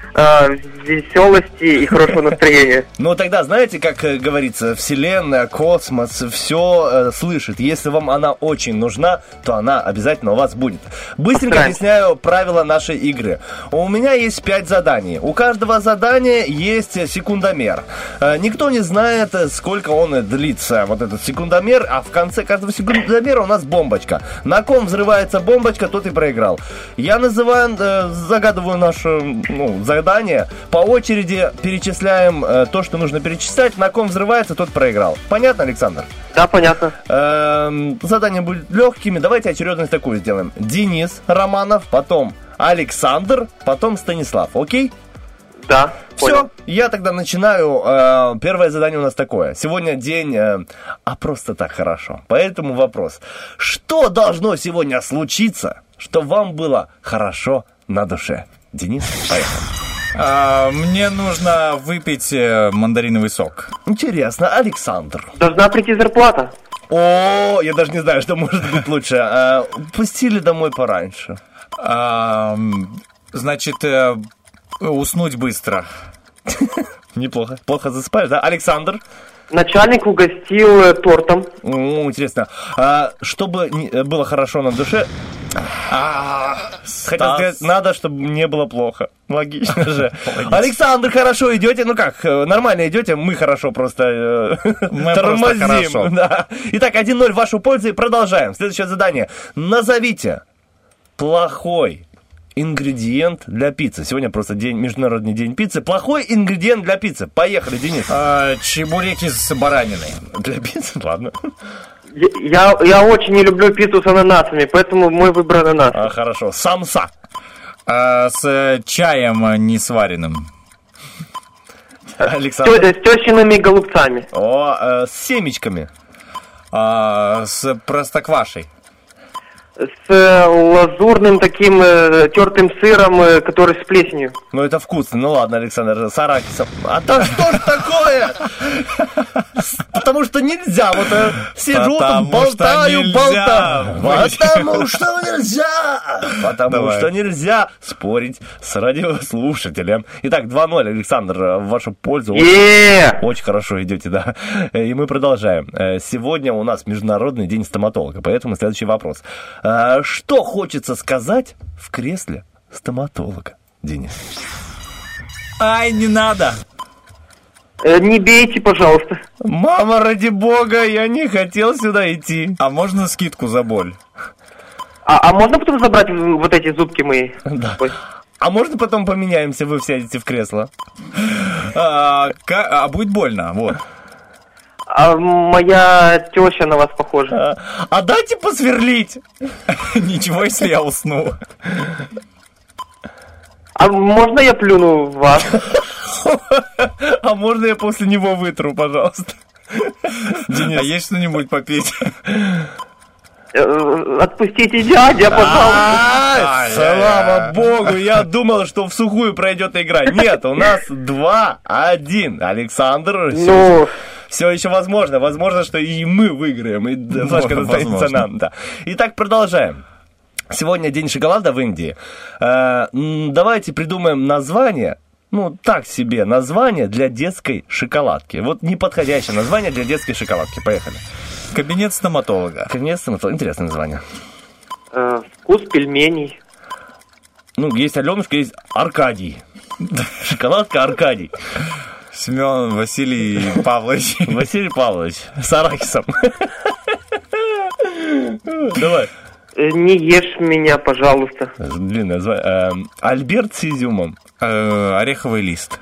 веселости и хорошего настроения. Ну тогда, знаете, как говорится, вселенная, космос, все слышит. Если вам она очень нужна, то она обязательно у вас будет. Быстренько объясняю правила нашей игры. У меня есть 5 заданий. У каждого задания есть секундомер. Никто не знает, сколько он длится, вот этот секундомер, а в конце каждого секундомера у нас бомбочка. На ком взрывается бомбочка, тот и проиграл. Я называю, загадываю наше задание. По очереди перечисляем то, что нужно перечислять. На ком взрывается, тот проиграл. Понятно, Александр? Да, понятно. Задание будет легкими. Давайте очередность такую сделаем. Денис Романов, потом Александр, потом Станислав. Окей? Да. Все, понял. я тогда начинаю. Первое задание у нас такое. Сегодня день, а просто так хорошо. Поэтому вопрос. Что должно сегодня случиться, чтобы вам было хорошо на душе? Денис, поехали. Мне нужно выпить мандариновый сок. Интересно, Александр. Должна прийти зарплата. О, я даже не знаю, что может быть лучше. Пустили домой пораньше. Значит, уснуть быстро. Неплохо. Плохо засыпаешь, да? Александр? Начальник угостил тортом. Интересно. Чтобы было хорошо на душе... Хотел сказать, надо, чтобы не было плохо. Логично же. Александр, хорошо идете? Ну как, нормально идете? Мы хорошо просто тормозим. Да. Итак, 1-0 в вашу пользу и продолжаем. Следующее задание. Назовите плохой ингредиент для пиццы. Сегодня просто Международный день пиццы. Плохой ингредиент для пиццы. Поехали, Денис. Чебуреки с бараниной. Для пиццы? Ладно. Я очень не люблю пиццу с ананасами, поэтому мой выбор ананас. Хорошо. Самса. С чаем не сваренным. Александр. С тещиными голубцами. С семечками. С простоквашей. С лазурным таким тертым сыром, который с плесенью. Ну это вкусно. Ну ладно, Александр, с арахисом. А то что ж такое? Потому что нельзя. Вот сижу там, болтаю. Потому что нельзя. Потому что нельзя спорить с радиослушателем. Итак, 2-0, Александр, в вашу пользу. Очень хорошо идете, да. И мы продолжаем. Сегодня у нас Международный день стоматолога, поэтому следующий вопрос. Что хочется сказать в кресле стоматолога, Денис? Ай, не надо. Не бейте, пожалуйста. Мама, ради бога, я не хотел сюда идти. А можно скидку за боль? А можно потом забрать вот эти зубки мои? Да. А можно потом поменяемся, вы сядете в кресло? Будет больно, вот. А моя теща на вас похожа. А дайте посверлить. Ничего, если я усну. А можно я плюну в вас? А можно я после него вытру, пожалуйста? Денис, а есть что-нибудь попить? Отпустите дядя, пожалуйста. Слава богу, я думал, что в сухую пройдет игра. Нет, у нас 2-1. Александр, Все еще возможно. Возможно, что и мы выиграем, и флешка достанется нам. Да. Итак, продолжаем. Сегодня день шоколада в Индии. Давайте придумаем название, так себе, название для детской шоколадки. Вот неподходящее название для детской шоколадки. Поехали. Кабинет стоматолога. Кабинет стоматолога. Интересное название. Вкус пельменей. Есть Аленушка, есть Аркадий. Шоколадка Аркадий. Семен Василий Павлович. Василий Павлович с арахисом. Давай. Не ешь меня, пожалуйста. Длинное название. Альберт с изюмом. Ореховый лист.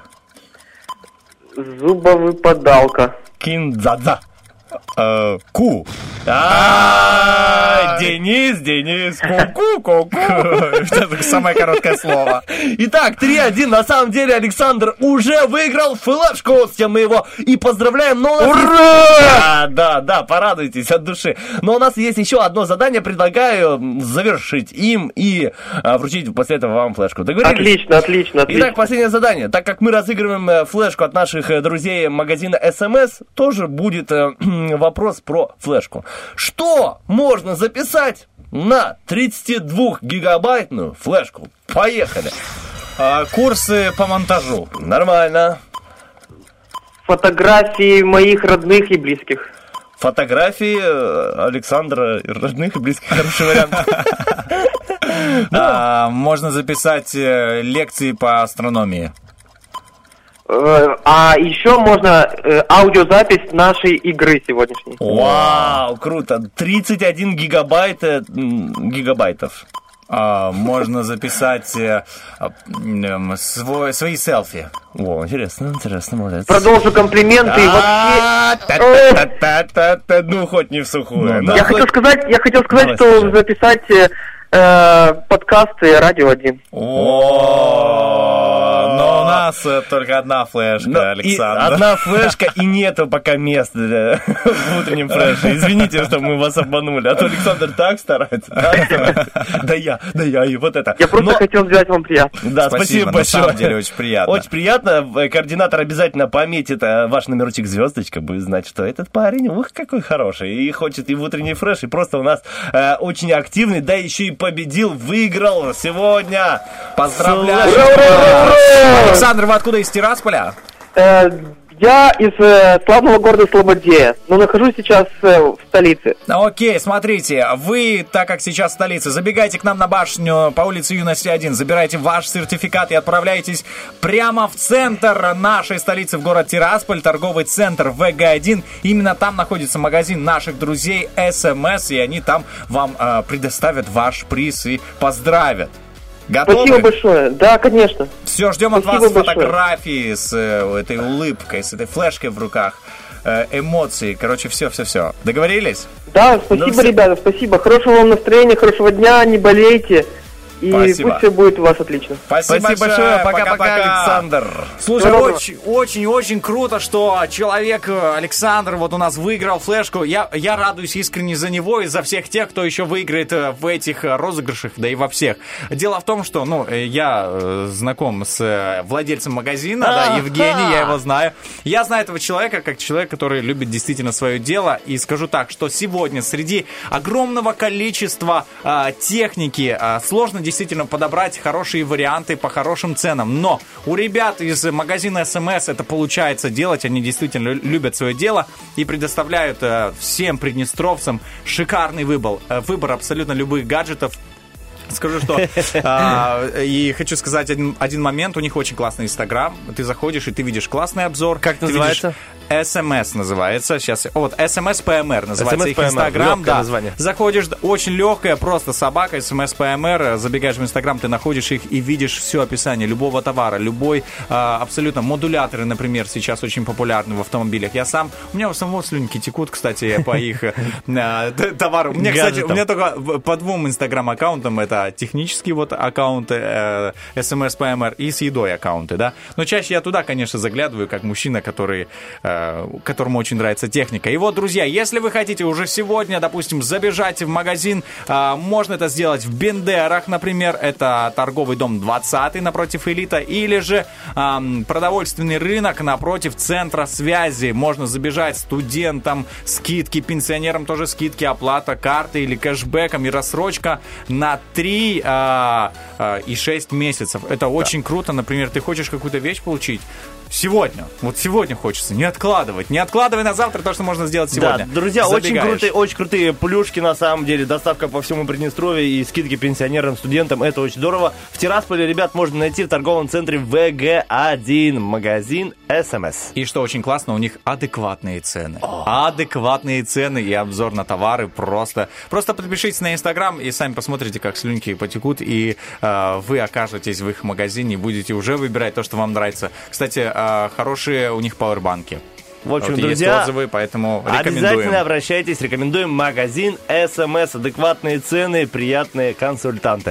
Зубовыпадалка. Киндзадза. Ку. Денис, ку-ку. Это самое короткое слово. Итак, 3-1. На самом деле Александр уже выиграл флешку. С тем мы его и поздравляем. Но ура! Да, порадуйтесь от души. Но у нас есть еще одно задание. Предлагаю завершить им и вручить после этого вам флешку. Договорились? Отлично. Итак, последнее задание. Так как мы разыгрываем флешку от наших друзей магазина SMS, тоже будет вопрос про флешку. Что можно записать на 32-гигабайтную флешку? Поехали. Курсы по монтажу. Нормально. Фотографии моих родных и близких. Фотографии Александра родных и близких. Хороший вариант. Можно записать лекции по астрономии. А еще можно аудиозапись нашей игры сегодняшней. Вау, круто. 31 гигабайтов. Можно записать свои селфи. О, интересно, молодец. Продолжу комплименты и вообще... хоть не в сухую. Я хотел сказать, что записать подкасты «Радио 1». Но у нас только одна флешка, Александр. Одна флешка, и нету пока места в утреннем флеше. Извините, что мы вас обманули. А то Александр так старается. Да я, и вот это. Я просто хотел сделать вам приятно. Да, спасибо большое. На самом деле очень приятно. Очень приятно. Координатор обязательно пометит ваш номерочек звездочка, будет знать, что этот парень, какой хороший. И хочет и в утренний фреш, и просто у нас очень активный, да еще и победил, выиграл сегодня. Поздравляю. Александр, вы откуда, из Тирасполя? Я из славного города Слободея, но нахожусь сейчас в столице. Окей, смотрите, вы, так как сейчас в столице, забегайте к нам на башню по улице Юности 1, забирайте ваш сертификат и отправляйтесь прямо в центр нашей столицы, в город Тирасполь, торговый центр ВГ1. Именно там находится магазин наших друзей SMS, и они там вам предоставят ваш приз и поздравят. Готовы? Спасибо большое. Да, конечно. Все, ждем от вас фотографии с этой улыбкой, с этой флешкой в руках, эмоции, короче, все. Договорились? Да, спасибо, ребята, спасибо. Хорошего вам настроения, хорошего дня, не болейте. И спасибо. Пусть все будет у вас отлично. Спасибо большое. Пока-пока, Александр. Слушай, очень круто, что человек Александр вот у нас выиграл флешку. Я радуюсь искренне за него и за всех тех, кто еще выиграет в этих розыгрышах, да и во всех. Дело в том, что, я знаком с владельцем магазина, да, Евгений, я его знаю. Я знаю этого человека как человек, который любит действительно свое дело. И скажу так, что сегодня среди огромного количества техники сложно действительно подобрать хорошие варианты по хорошим ценам. Но у ребят из магазина SMS это получается делать. Они действительно любят свое дело и предоставляют всем приднестровцам шикарный выбор абсолютно любых гаджетов. Скажу, что и хочу сказать один момент. У них очень классный Инстаграм. Ты заходишь, и ты видишь классный обзор. Как называется? SMS называется. Сейчас, SMS PMR называется их Инстаграм. Да. Название. Заходишь, очень легкая, просто собака, SMS PMR. Забегаешь в Инстаграм, ты находишь их и видишь все описание любого товара, любой абсолютно модуляторы, например, сейчас очень популярны в автомобилях. У меня у самого слюнки текут, кстати, по их товару. У меня только по 2 Инстаграм-аккаунтам это это технические вот аккаунты, СМС, ПМР, и с едой аккаунты, да. Но чаще я туда, конечно, заглядываю, как мужчина, которому очень нравится техника. И вот, друзья, если вы хотите уже сегодня, допустим, забежать в магазин, можно это сделать в Бендерах, например, это торговый дом 20 напротив Элита, или же продовольственный рынок напротив центра связи. Можно забежать студентам, скидки, пенсионерам тоже скидки, оплата карты или кэшбэком и рассрочка на 3 и 6 месяцев. Это очень круто. Например, ты хочешь какую-то вещь получить сегодня. Вот сегодня хочется. Не откладывать. Не откладывай на завтра то, что можно сделать сегодня. Да, друзья, Забегаешь. очень крутые плюшки на самом деле. Доставка по всему Приднестровью и скидки пенсионерам, студентам. Это очень здорово. В Тирасполе ребят можно найти в торговом центре ВГ1. Магазин СМС. И что очень классно, у них адекватные цены. Адекватные цены и обзор на товары. Просто подпишитесь на Инстаграм и сами посмотрите, как слюнки потекут. И вы окажетесь в их магазине и будете уже выбирать то, что вам нравится. Кстати, хорошие у них пауэрбанки. В общем, вот друзья, есть отзывы, поэтому рекомендуем. Обязательно обращайтесь, рекомендуем магазин СМС. Адекватные цены, приятные консультанты.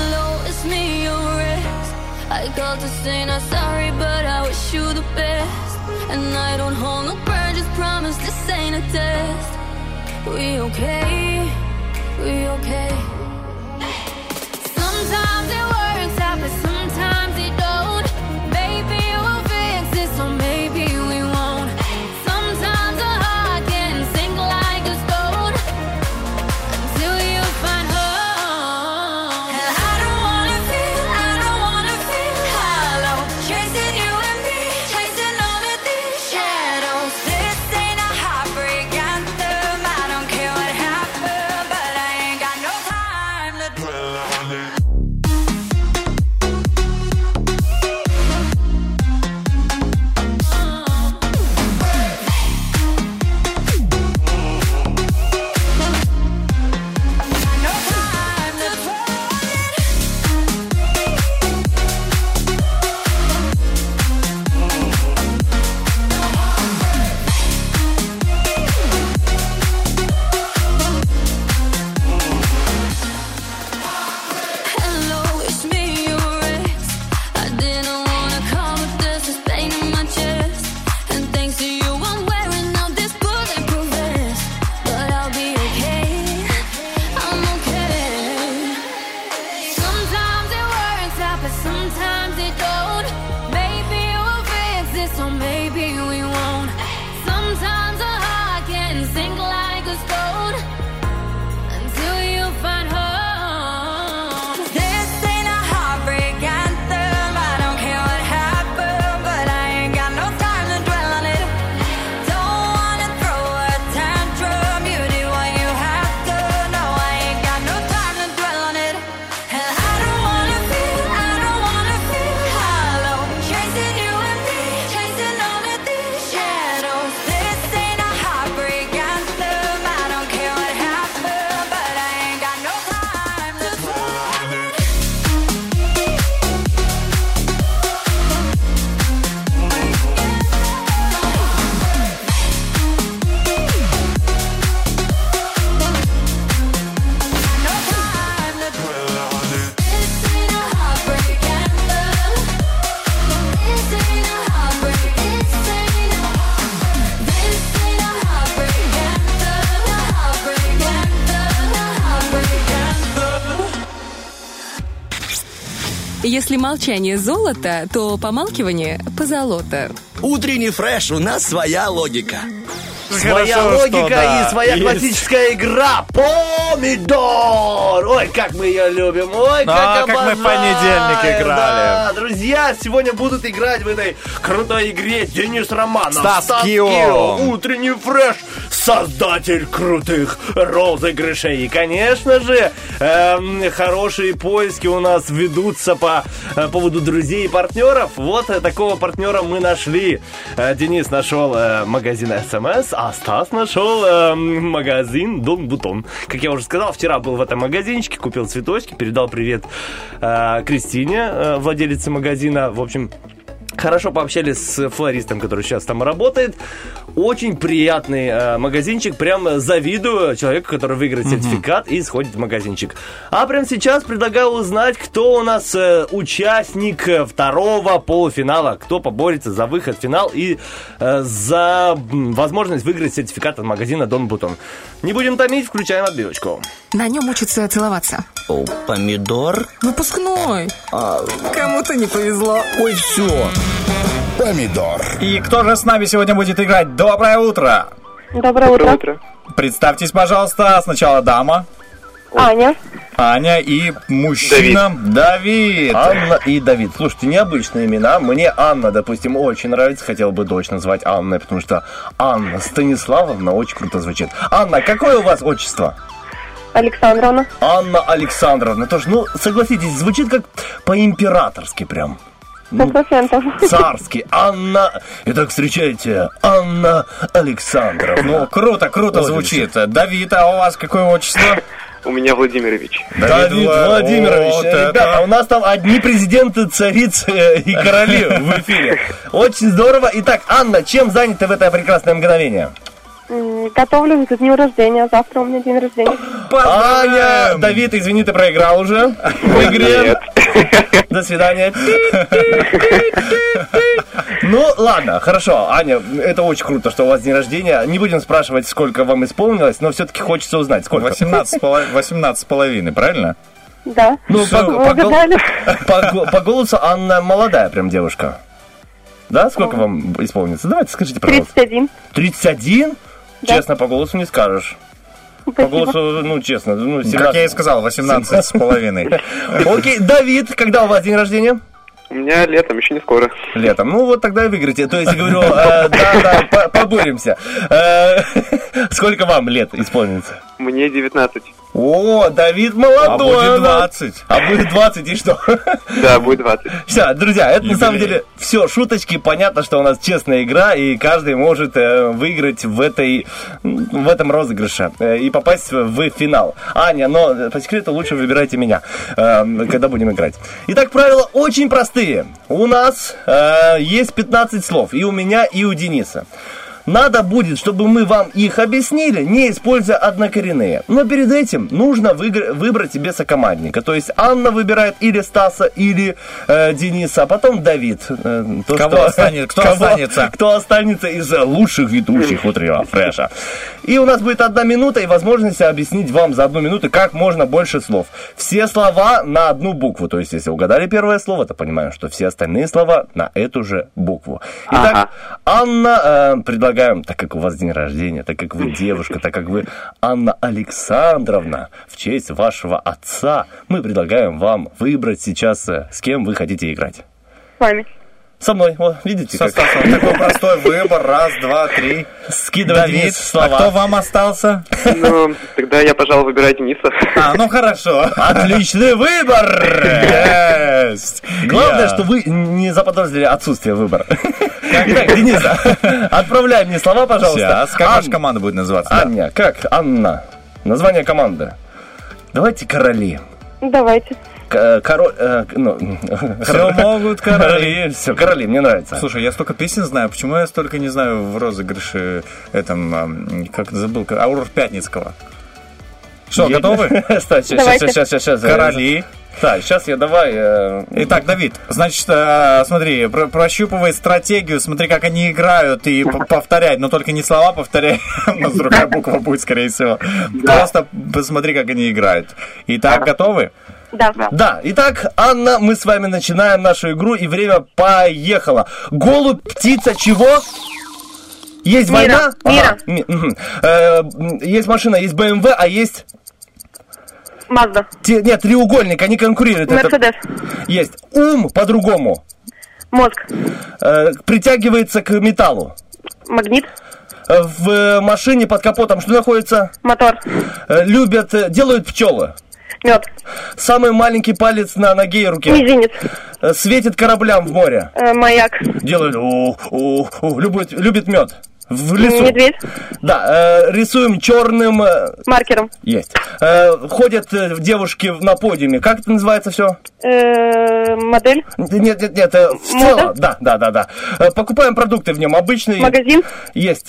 Если молчание золото, то помалкивание позолото. Утренний фреш, у нас своя логика. Своя логика и своя классическая игра. Помидор! Ой, как мы ее любим. Ой, как мы в понедельник играли. Да, друзья, сегодня будут играть в этой крутой игре Денис Романов, Стас Кио. Утренний фреш, создатель крутых розыгрышей. И, конечно же, хорошие поиски у нас ведутся по поводу друзей и партнеров. Вот такого партнера мы нашли. Денис нашел магазин СМС, а Стас нашел магазин Дон Бутон. Как я уже сказал, вчера был в этом магазинчике, купил цветочки, передал привет Кристине, владелице магазина. В общем, Хорошо пообщались с флористом, который сейчас там работает. Очень приятный магазинчик. Прям завидую человеку, который выиграет сертификат и сходит в магазинчик. А прямо сейчас предлагаю узнать, кто у нас участник второго полуфинала. Кто поборется за выход в финал и за возможность выиграть сертификат от магазина Дон Бутон. Не будем томить, включаем отбивочку. На нем учатся целоваться. О, помидор? Выпускной. Кому-то не повезло. Ой, все. Помидор. И кто же с нами сегодня будет играть? Доброе утро! Доброе утро. Представьтесь, пожалуйста, сначала дама. Аня и мужчина Давид. Анна и Давид. Слушайте, необычные имена. Мне Анна, допустим, очень нравится. Хотел бы дочь назвать Анной, потому что Анна Станиславовна очень круто звучит. Анна, какое у вас отчество? Александровна. Анна Александровна. Тоже, согласитесь, звучит как по-императорски прям. 100%. Царский. Анна. Итак, встречайте, Анна Александровна. Круто звучит. Давид, а у вас какое отчество? У меня Владимирович. Давид Владимирович. Ребята, у нас там одни президенты, царицы и короли в эфире. Очень здорово. Итак, Анна, чем заняты в это прекрасное мгновение? Готовлюсь к дню рождения. Завтра у меня день рождения. Аня, Давид, извини, ты проиграл уже в игре. Нет. До свидания. Ну, ладно, хорошо. Аня, это очень круто, что у вас день рождения. Не будем спрашивать, сколько вам исполнилось, но все-таки хочется узнать, сколько. 18,5, правильно? Да. Ну, по голосу Анна молодая прям девушка. Да, сколько вам исполнится? Давайте скажите, пожалуйста. 31. 31? Да. Честно, по голосу не скажешь. По голосу, честно, 17. Как я и сказал, 18,5. Окей, Давид, когда у вас день рождения? У меня летом, еще не скоро. Летом. Ну, вот тогда и выиграете. То есть, я говорю, поборемся. Сколько вам лет исполнится? Мне 19. О, Давид молодой. А будет 20. А будет 20 и что? Да, будет 20. Все, друзья, это на самом деле все шуточки. Понятно, что у нас честная игра, и каждый может выиграть в этом розыгрыше и попасть в финал. Аня, но по секрету лучше выбирайте меня, когда будем играть. Итак, правила очень простые. У нас есть 15 слов, и у меня, и у Дениса. Надо будет, чтобы мы вам их объяснили, не используя однокоренные. Но перед этим нужно выбрать себе сокомандника. То есть Анна выбирает или Стаса, или Дениса, а потом Давид. Кто останется? Кто останется из лучших ведущих утреннего фреша. И у нас будет 1 минута и возможность объяснить вам за 1 минуту как можно больше слов. Все слова на одну букву. То есть, если угадали первое слово, то понимаем, что все остальные слова на эту же букву. Итак, Анна, предлагаем, так как у вас день рождения, так как вы девушка, так как вы Анна Александровна, в честь вашего отца, мы предлагаем вам выбрать сейчас, с кем вы хотите играть. С вами. Со мной, вот, видите, как? Такой простой выбор, 1, 2, 3. Скидывать Давид, слова. А кто вам остался? Ну, тогда я, пожалуй, выбираю Дениса. Ну хорошо. Отличный выбор! Главное, что вы не заподозрили отсутствие выбора. Итак, Денис, отправляй мне слова, пожалуйста. Сейчас, как ваша команда будет называться? Аня, как? Анна. Название команды. Давайте короли. Давайте. Король, все могут короли. Все, короли, мне нравится. Слушай, я столько песен знаю, почему я столько не знаю в розыгрыше этом, как забыл, Аур Пятницкого. Что, готовы? Сейчас. Короли. Так, сейчас я давай... Итак, Давид, значит, смотри, прощупывай стратегию, смотри, как они играют, и повторяй, но только не слова повторяй, у нас другая буква будет, скорее всего. Просто посмотри, как они играют. Итак, готовы? Да. Итак, Анна, мы с вами начинаем нашу игру, и время поехало. Голубь, птица, чего? Есть война? Мира. Есть машина, есть БМВ, а есть... Мазда. Нет, треугольник, они конкурируют. Мерседес. Есть. Ум по-другому. Мозг. Притягивается к металлу. Магнит. В машине под капотом что находится? Мотор. Делают пчелы. Мед. Самый маленький палец на ноге и руке. Мизинец. Светит кораблям в море. Маяк. Делают любит мед. В лесу. Медведь. Да, рисуем черным... Маркером. Есть. Ходят девушки на подиуме. Как это называется все? Модель. Нет, в целом. Да. Покупаем продукты в нем. Обычный... Магазин. Есть.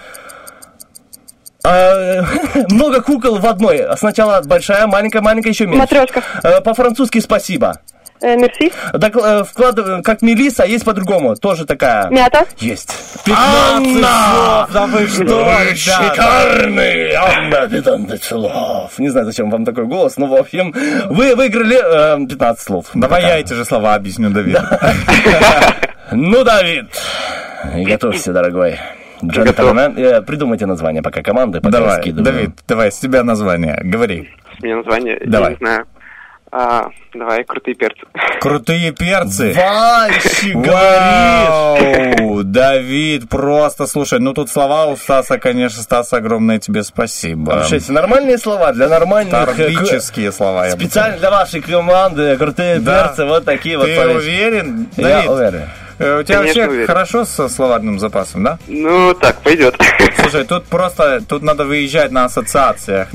Много кукол в одной. Сначала большая, маленькая, еще меньше. Матрешка. По-французски спасибо. Мерси. Вкладываем, как Мелисса, а есть по-другому. Тоже такая. Мята. Есть. 15 слов, да вы что? Шикарный! Анна, 15 слов. Не знаю, зачем вам такой голос, но в общем, вы выиграли 15 слов. Давай я эти же слова объясню, Давид. Ну, Давид, готовься, дорогой. Джентльмен, придумайте название пока команды, пока я скидываю. Давид, давай, с тебя название, говори. С меня название, давай. Я не знаю. Давай, крутые перцы. Крутые перцы? Вальщик, говоришь! Давид, просто, слушай, ну тут слова у Стаса, конечно, Стас, огромное тебе спасибо. Слушайте, нормальные слова для нормальных... Торбические слова. Специально для вашей команды, крутые перцы, вот такие вот. Ты уверен? Я уверен. У тебя вообще уверен. хорошо со словарным запасом, да? Ну, так, пойдет. Слушай, тут надо выезжать на ассоциациях,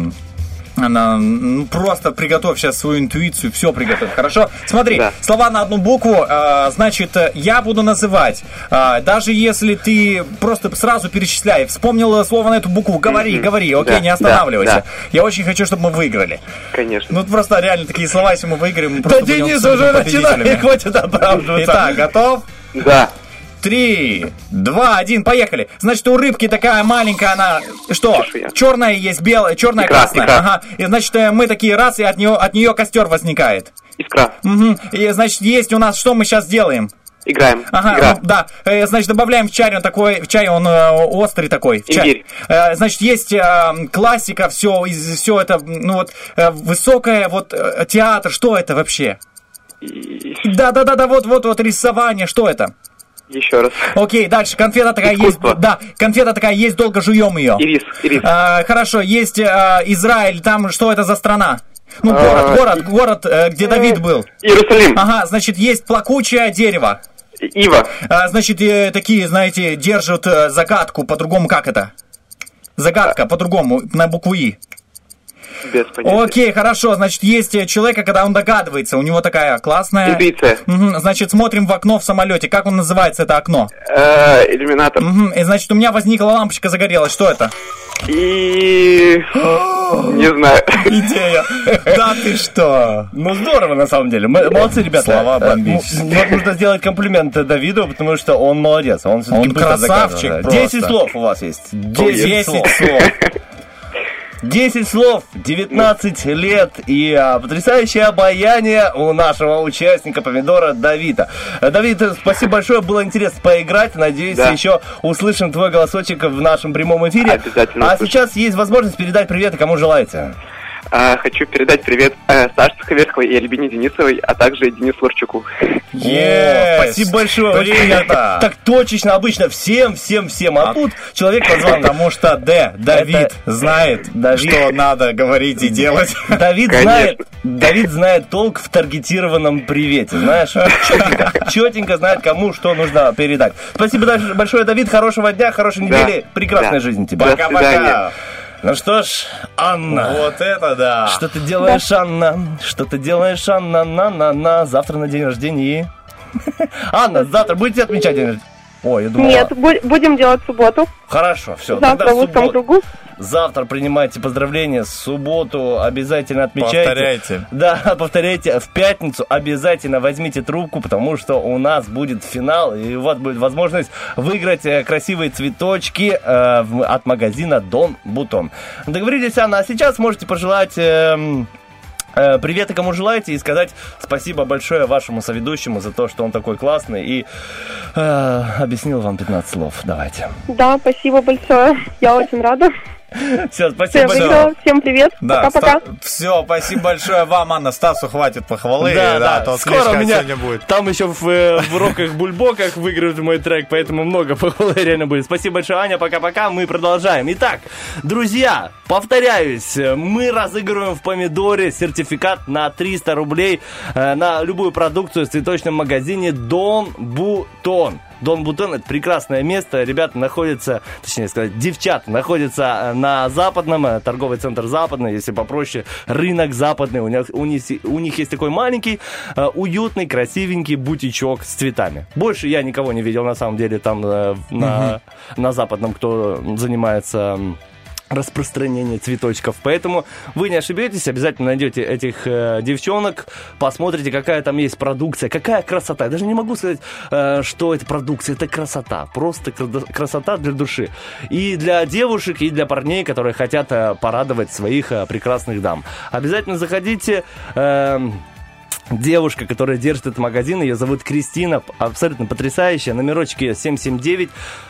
просто приготовь сейчас свою интуицию, все приготовь, хорошо? Смотри, слова на одну букву, значит, я буду называть, даже если ты просто сразу перечисляй, вспомнил слово на эту букву, говори, окей, не останавливайся. Я очень хочу, чтобы мы выиграли. Конечно. Ну, просто реально такие слова, если мы выиграем, мы просто будем Денис уже начинает, хватит оправдываться. Итак, готов? Да. 3, 2, 1, поехали. Значит, у рыбки такая маленькая, она что? Черная есть, белая, черная, красная. Ага. И значит, мы такие раз, и от нее костер возникает. Искра. Угу. И значит, есть у нас, что мы сейчас делаем? Играем. Ага, игра. Да. Значит, добавляем в чай, в чай он острый такой. В чай. Значит, есть классика, все это, высокое, театр, что это вообще? Да, вот рисование, что это? Еще раз. Окей, дальше. Конфета такая Искусство. есть. Да, конфета такая есть, долго жуем ее. Ирис. Хорошо, есть Израиль, там что это за страна? Ну, город, где Давид был. Иерусалим. Ага, значит, есть плакучее дерево. Ива. Значит, такие, знаете, держат загадку, по-другому как это? Загадка, по-другому, на букву И. Без понятия. Окей, хорошо, значит, есть человека, когда он догадывается, у него такая классная... Интуиция. Угу, значит, смотрим в окно в самолете, как он называется, это окно? Иллюминатор. Угу, и, значит, у меня возникла лампочка, загорелась, что это? И... Не знаю. Идея. Да ты что? Ну, здорово, на самом деле. Молодцы, ребята. Слова бомбические. Нужно сделать комплимент Давиду, потому что он молодец. Он красавчик. 10 слов у вас есть. 10 слов. 10 слов, 19 лет и потрясающее обаяние у нашего участника помидора Давида. Давид, спасибо большое, было интересно поиграть. Надеюсь, еще услышим твой голосочек в нашем прямом эфире. Обязательно. А сейчас есть возможность передать привет, кому желаете. Хочу передать привет Саше Суховерховой и Альбине Денисовой, а также Денису Ларчуку. Спасибо большое. Принято. Так точечно, обычно всем. А тут человек позвал. Потому что Давид знает, что надо говорить и делать. Давид знает толк в таргетированном привете. Знаешь, четенько знает, кому что нужно передать. Спасибо большое, Давид. Хорошего дня, хорошей недели. Прекрасной жизни тебе. Пока-пока. Ну что ж, Анна. Вот это да. Что ты делаешь, Анна? Что ты делаешь, Анна? На. Завтра на день рождения. Анна, завтра будете отмечать день рождения? Ой, я думала... Нет, будем делать в субботу. Хорошо, все. Завтра в узком кругу. Завтра принимайте поздравления, в субботу обязательно отмечайте. Повторяйте. Да, повторяйте. В пятницу обязательно возьмите трубку, потому что у нас будет финал, и у вас будет возможность выиграть красивые цветочки от магазина Дон Бутон. Договорились, Анна, а сейчас можете пожелать... Привет, и кому желаете, и сказать спасибо большое вашему соведущему за то, что он такой классный и объяснил вам 15 слов. Давайте. Да, спасибо большое. Я очень рада. Все, спасибо большое. Всем привет. Да, пока-пока. Все, спасибо большое вам, Анна. Стасу хватит похвалы. Да. То скоро у меня сегодня будет. там еще в роках-бульбоках выиграют мой трек, поэтому много похвалы реально будет. Спасибо большое, Аня. Пока-пока. Мы продолжаем. Итак, друзья, повторяюсь, мы разыгрываем в помидоре сертификат на 300 рублей на любую продукцию в цветочном магазине Дон Бутон. Дон Бутон — это прекрасное место. Ребята находятся, точнее сказать, девчата находятся на Западном, торговый центр Западный, если попроще, рынок Западный. У них есть такой маленький, уютный, красивенький бутичок с цветами. Больше я никого не видел, на самом деле, там на Западном, кто занимается распространением цветочков. Поэтому вы не ошибетесь, обязательно найдете этих девчонок, посмотрите, какая там есть продукция, какая красота. Я даже не могу сказать, что это продукция, это красота. Просто красота для души. И для девушек, и для парней, которые хотят порадовать своих прекрасных дам. Обязательно заходите. Девушка, которая держит этот магазин, ее зовут Кристина, абсолютно потрясающая. Номерочки 779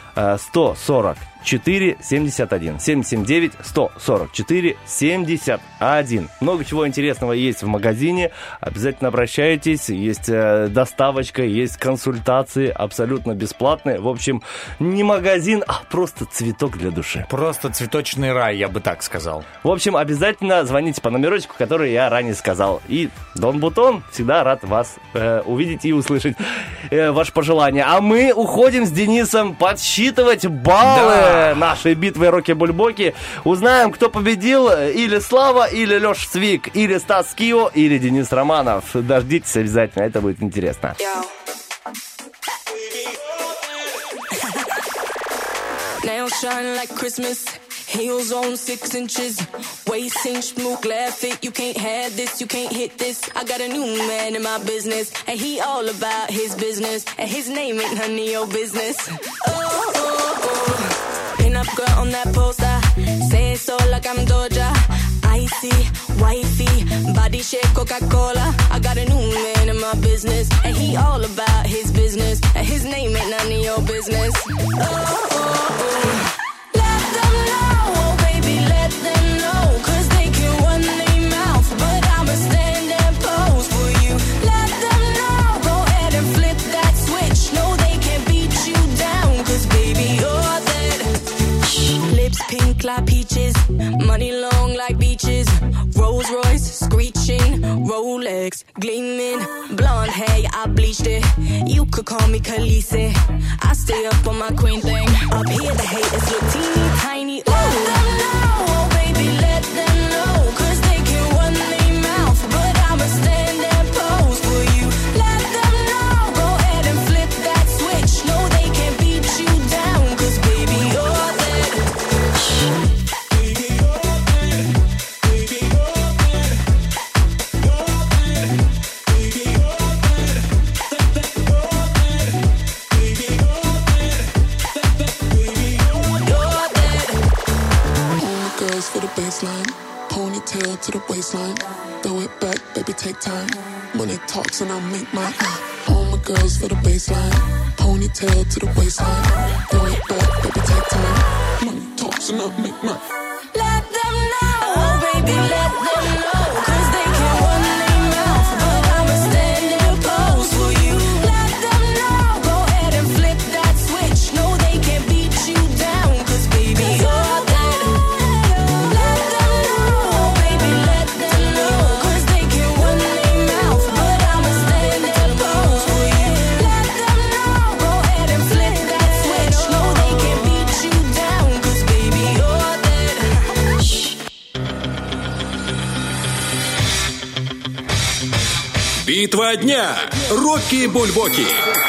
144 71. 779 144 71. Много чего интересного есть в магазине. Обязательно обращайтесь. Есть доставочка, есть консультации абсолютно бесплатные. В общем, не магазин, а просто цветок для души. Просто цветочный рай, я бы так сказал. В общем, обязательно звоните по номерочку, который я ранее сказал. И Дон Бутон всегда рад вас увидеть и услышать ваши пожелания. А мы уходим с Денисом подсчитывать баллы нашей битвы Роки-Бульбоки. Узнаем, кто победил. Или Слава, или Леша Свик, или Стас Кио, или Денис Романов. Дождитесь обязательно, это будет интересно. Nails shine like Christmas. Heels on 6 inches. Waist inch, move, glad fit. You can't have this, you can't hit this. I got a new man in my business, and he all about his business. And his name ain't none of your business. Oh, oh, oh. Pin up girl on that poster. Say it so like I'm Doja. Icy, wifey, body shape Coca-Cola. I got a new man in my business, and he all about his business. And his name ain't none of your business. Oh, oh, oh. Let them know, oh baby, let them know. 'Cause they can run their mouth, but I'ma stand and pose for you. Let them know, go ahead and flip that switch. No, they can't beat you down, 'cause baby, you're that. Lips pink like peaches, money long like beaches. Rolls Royce screeching, Rolex gleaming. Blonde hair, I bleached it. You could call me Khaleesi. I stay up on my queen thing. Up here the haters look teeny tiny. Ooh. Let them know, oh baby, let them know. 'Cause they can run their mouth, but I'ma stand and pose for you. Let them know, go ahead and flip that switch. No, they can't beat you down, 'cause baby, you're that. For the baseline, ponytail to the waistline. Throw it back, baby, take time. Money talks and I make mine. All my girls for the baseline, ponytail to the waistline. Throw it back, baby, take time. Money talks and I make mine. Let them know, oh baby, let them know. 'Cause they can run their mouth, but I'ma stand and pose for you. Let them know, go ahead and flip that switch. No, they can't beat you down, 'cause baby, you're that. Битва дня. Рокки Бульбоки.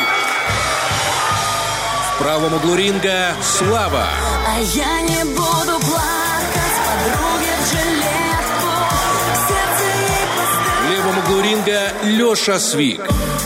В правом углу ринга Слава. А я не буду плакать подруге в жилетку. В сердце ей поставить. В левом углу ринга Леша Свик.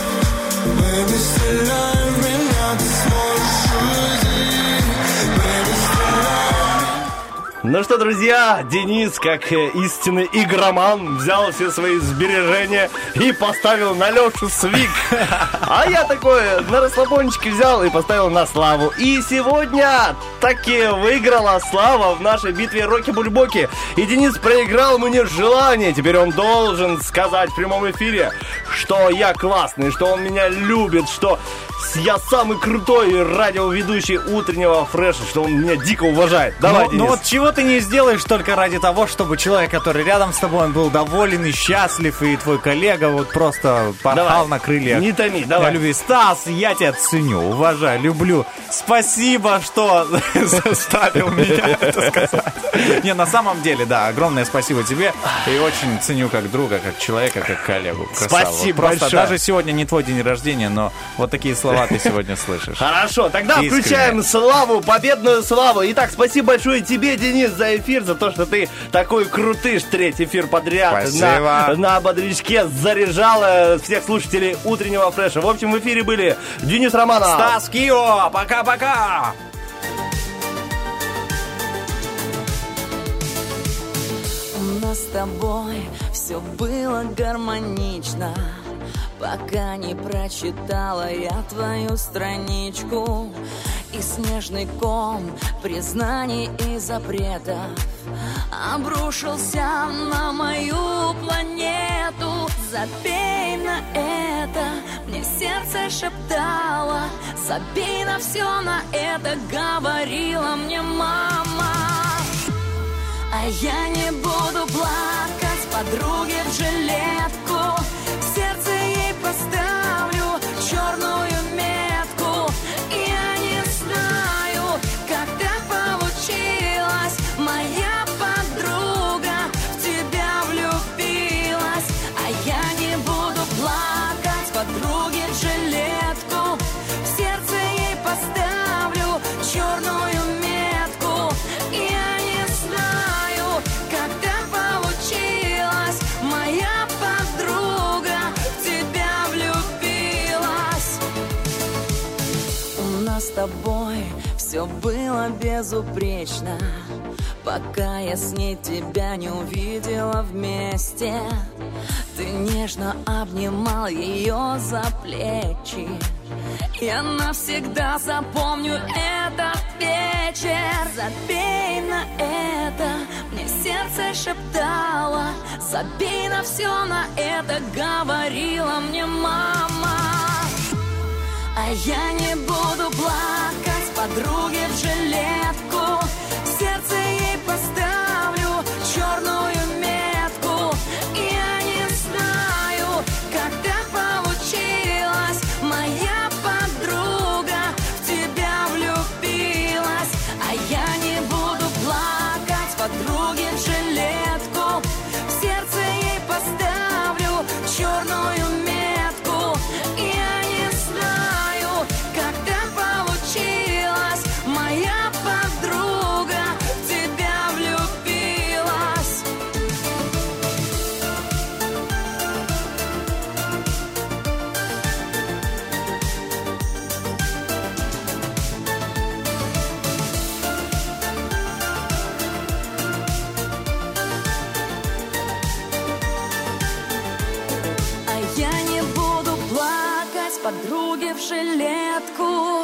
Ну что, друзья, Денис, как истинный игроман, взял все свои сбережения и поставил на Лешу Свик. А я такой на расслабончике взял и поставил на Славу. И сегодня таки выиграла Слава в нашей битве Роки-Бульбоки. И Денис проиграл мне желание. Теперь он должен сказать в прямом эфире, что я классный, что он меня любит, что я самый крутой радиоведущий утреннего фреша, что он меня дико уважает. Давай, Денис. Ну вот чего ты не сделаешь только ради того, чтобы человек, который рядом с тобой, он был доволен и счастлив, и твой коллега вот просто порхал на крыльях. Не томи, давай. Я люблю. Стас, я тебя ценю, уважаю, люблю. Спасибо, что заставил меня это сказать. Не, на самом деле, да, огромное спасибо тебе. И очень ценю как друга, как человека, как коллегу. Красава. Спасибо вот большое. Даже сегодня не твой день рождения, но вот такие слова ты сегодня слышишь. Хорошо, тогда Искренне. включаем славу, победную славу. Итак, спасибо большое тебе, Денис, за эфир, за то, что ты такой крутыш, третий эфир подряд на бодрячке заряжал всех слушателей утреннего фреша. В общем, в эфире были Денис Романов, Стас Кио, пока-пока! У нас с тобой все было гармонично, пока не прочитала я твою страничку. И снежный ком признаний и запретов обрушился на мою планету. Забей на это, мне сердце шептало. Забей на все на это, говорила мне мама. А я не буду плакать подруге в жилетку, в сердце ей поставлю черную метку. Я не знаю, как так получилось, моя подруга в тебя влюбилась. А я не буду плакать подруге в жилетку, в сердце ей поставлю черную метку. Я не знаю, как так получилось, моя подруга в тебя влюбилась. У нас с тобой все было безупречно, пока я с ней тебя не увидела вместе. Ты нежно обнимал ее за плечи. Я навсегда запомню этот вечер. Забей на это, мне сердце шептало. Забей на все на это, говорила мне мама. А я не буду плакать подруге в жилетку, в сердце ей поставлю черную метку. Я не знаю, как так получилось, моя подруга в тебя влюбилась. А я не буду плакать подруге в жилетку, в сердце ей поставлю черную метку. Я не знаю, как так получилось, моя подруга в тебя влюбилась. А я не буду плакать подруге в жилетку,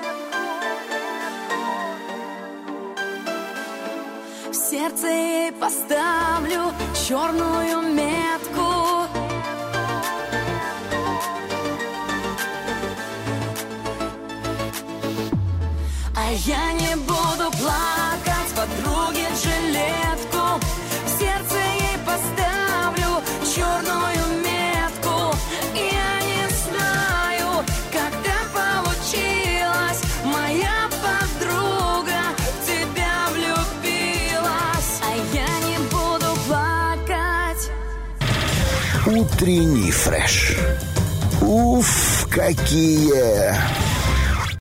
в сердце ей поставлю черную метку. А я не буду плакать подруге в жилетку, в сердце ей поставлю черную метку. Я не знаю, как так получилось, моя подруга в тебя влюбилась. А я не буду плакать. Утренний фреш. Уф, какие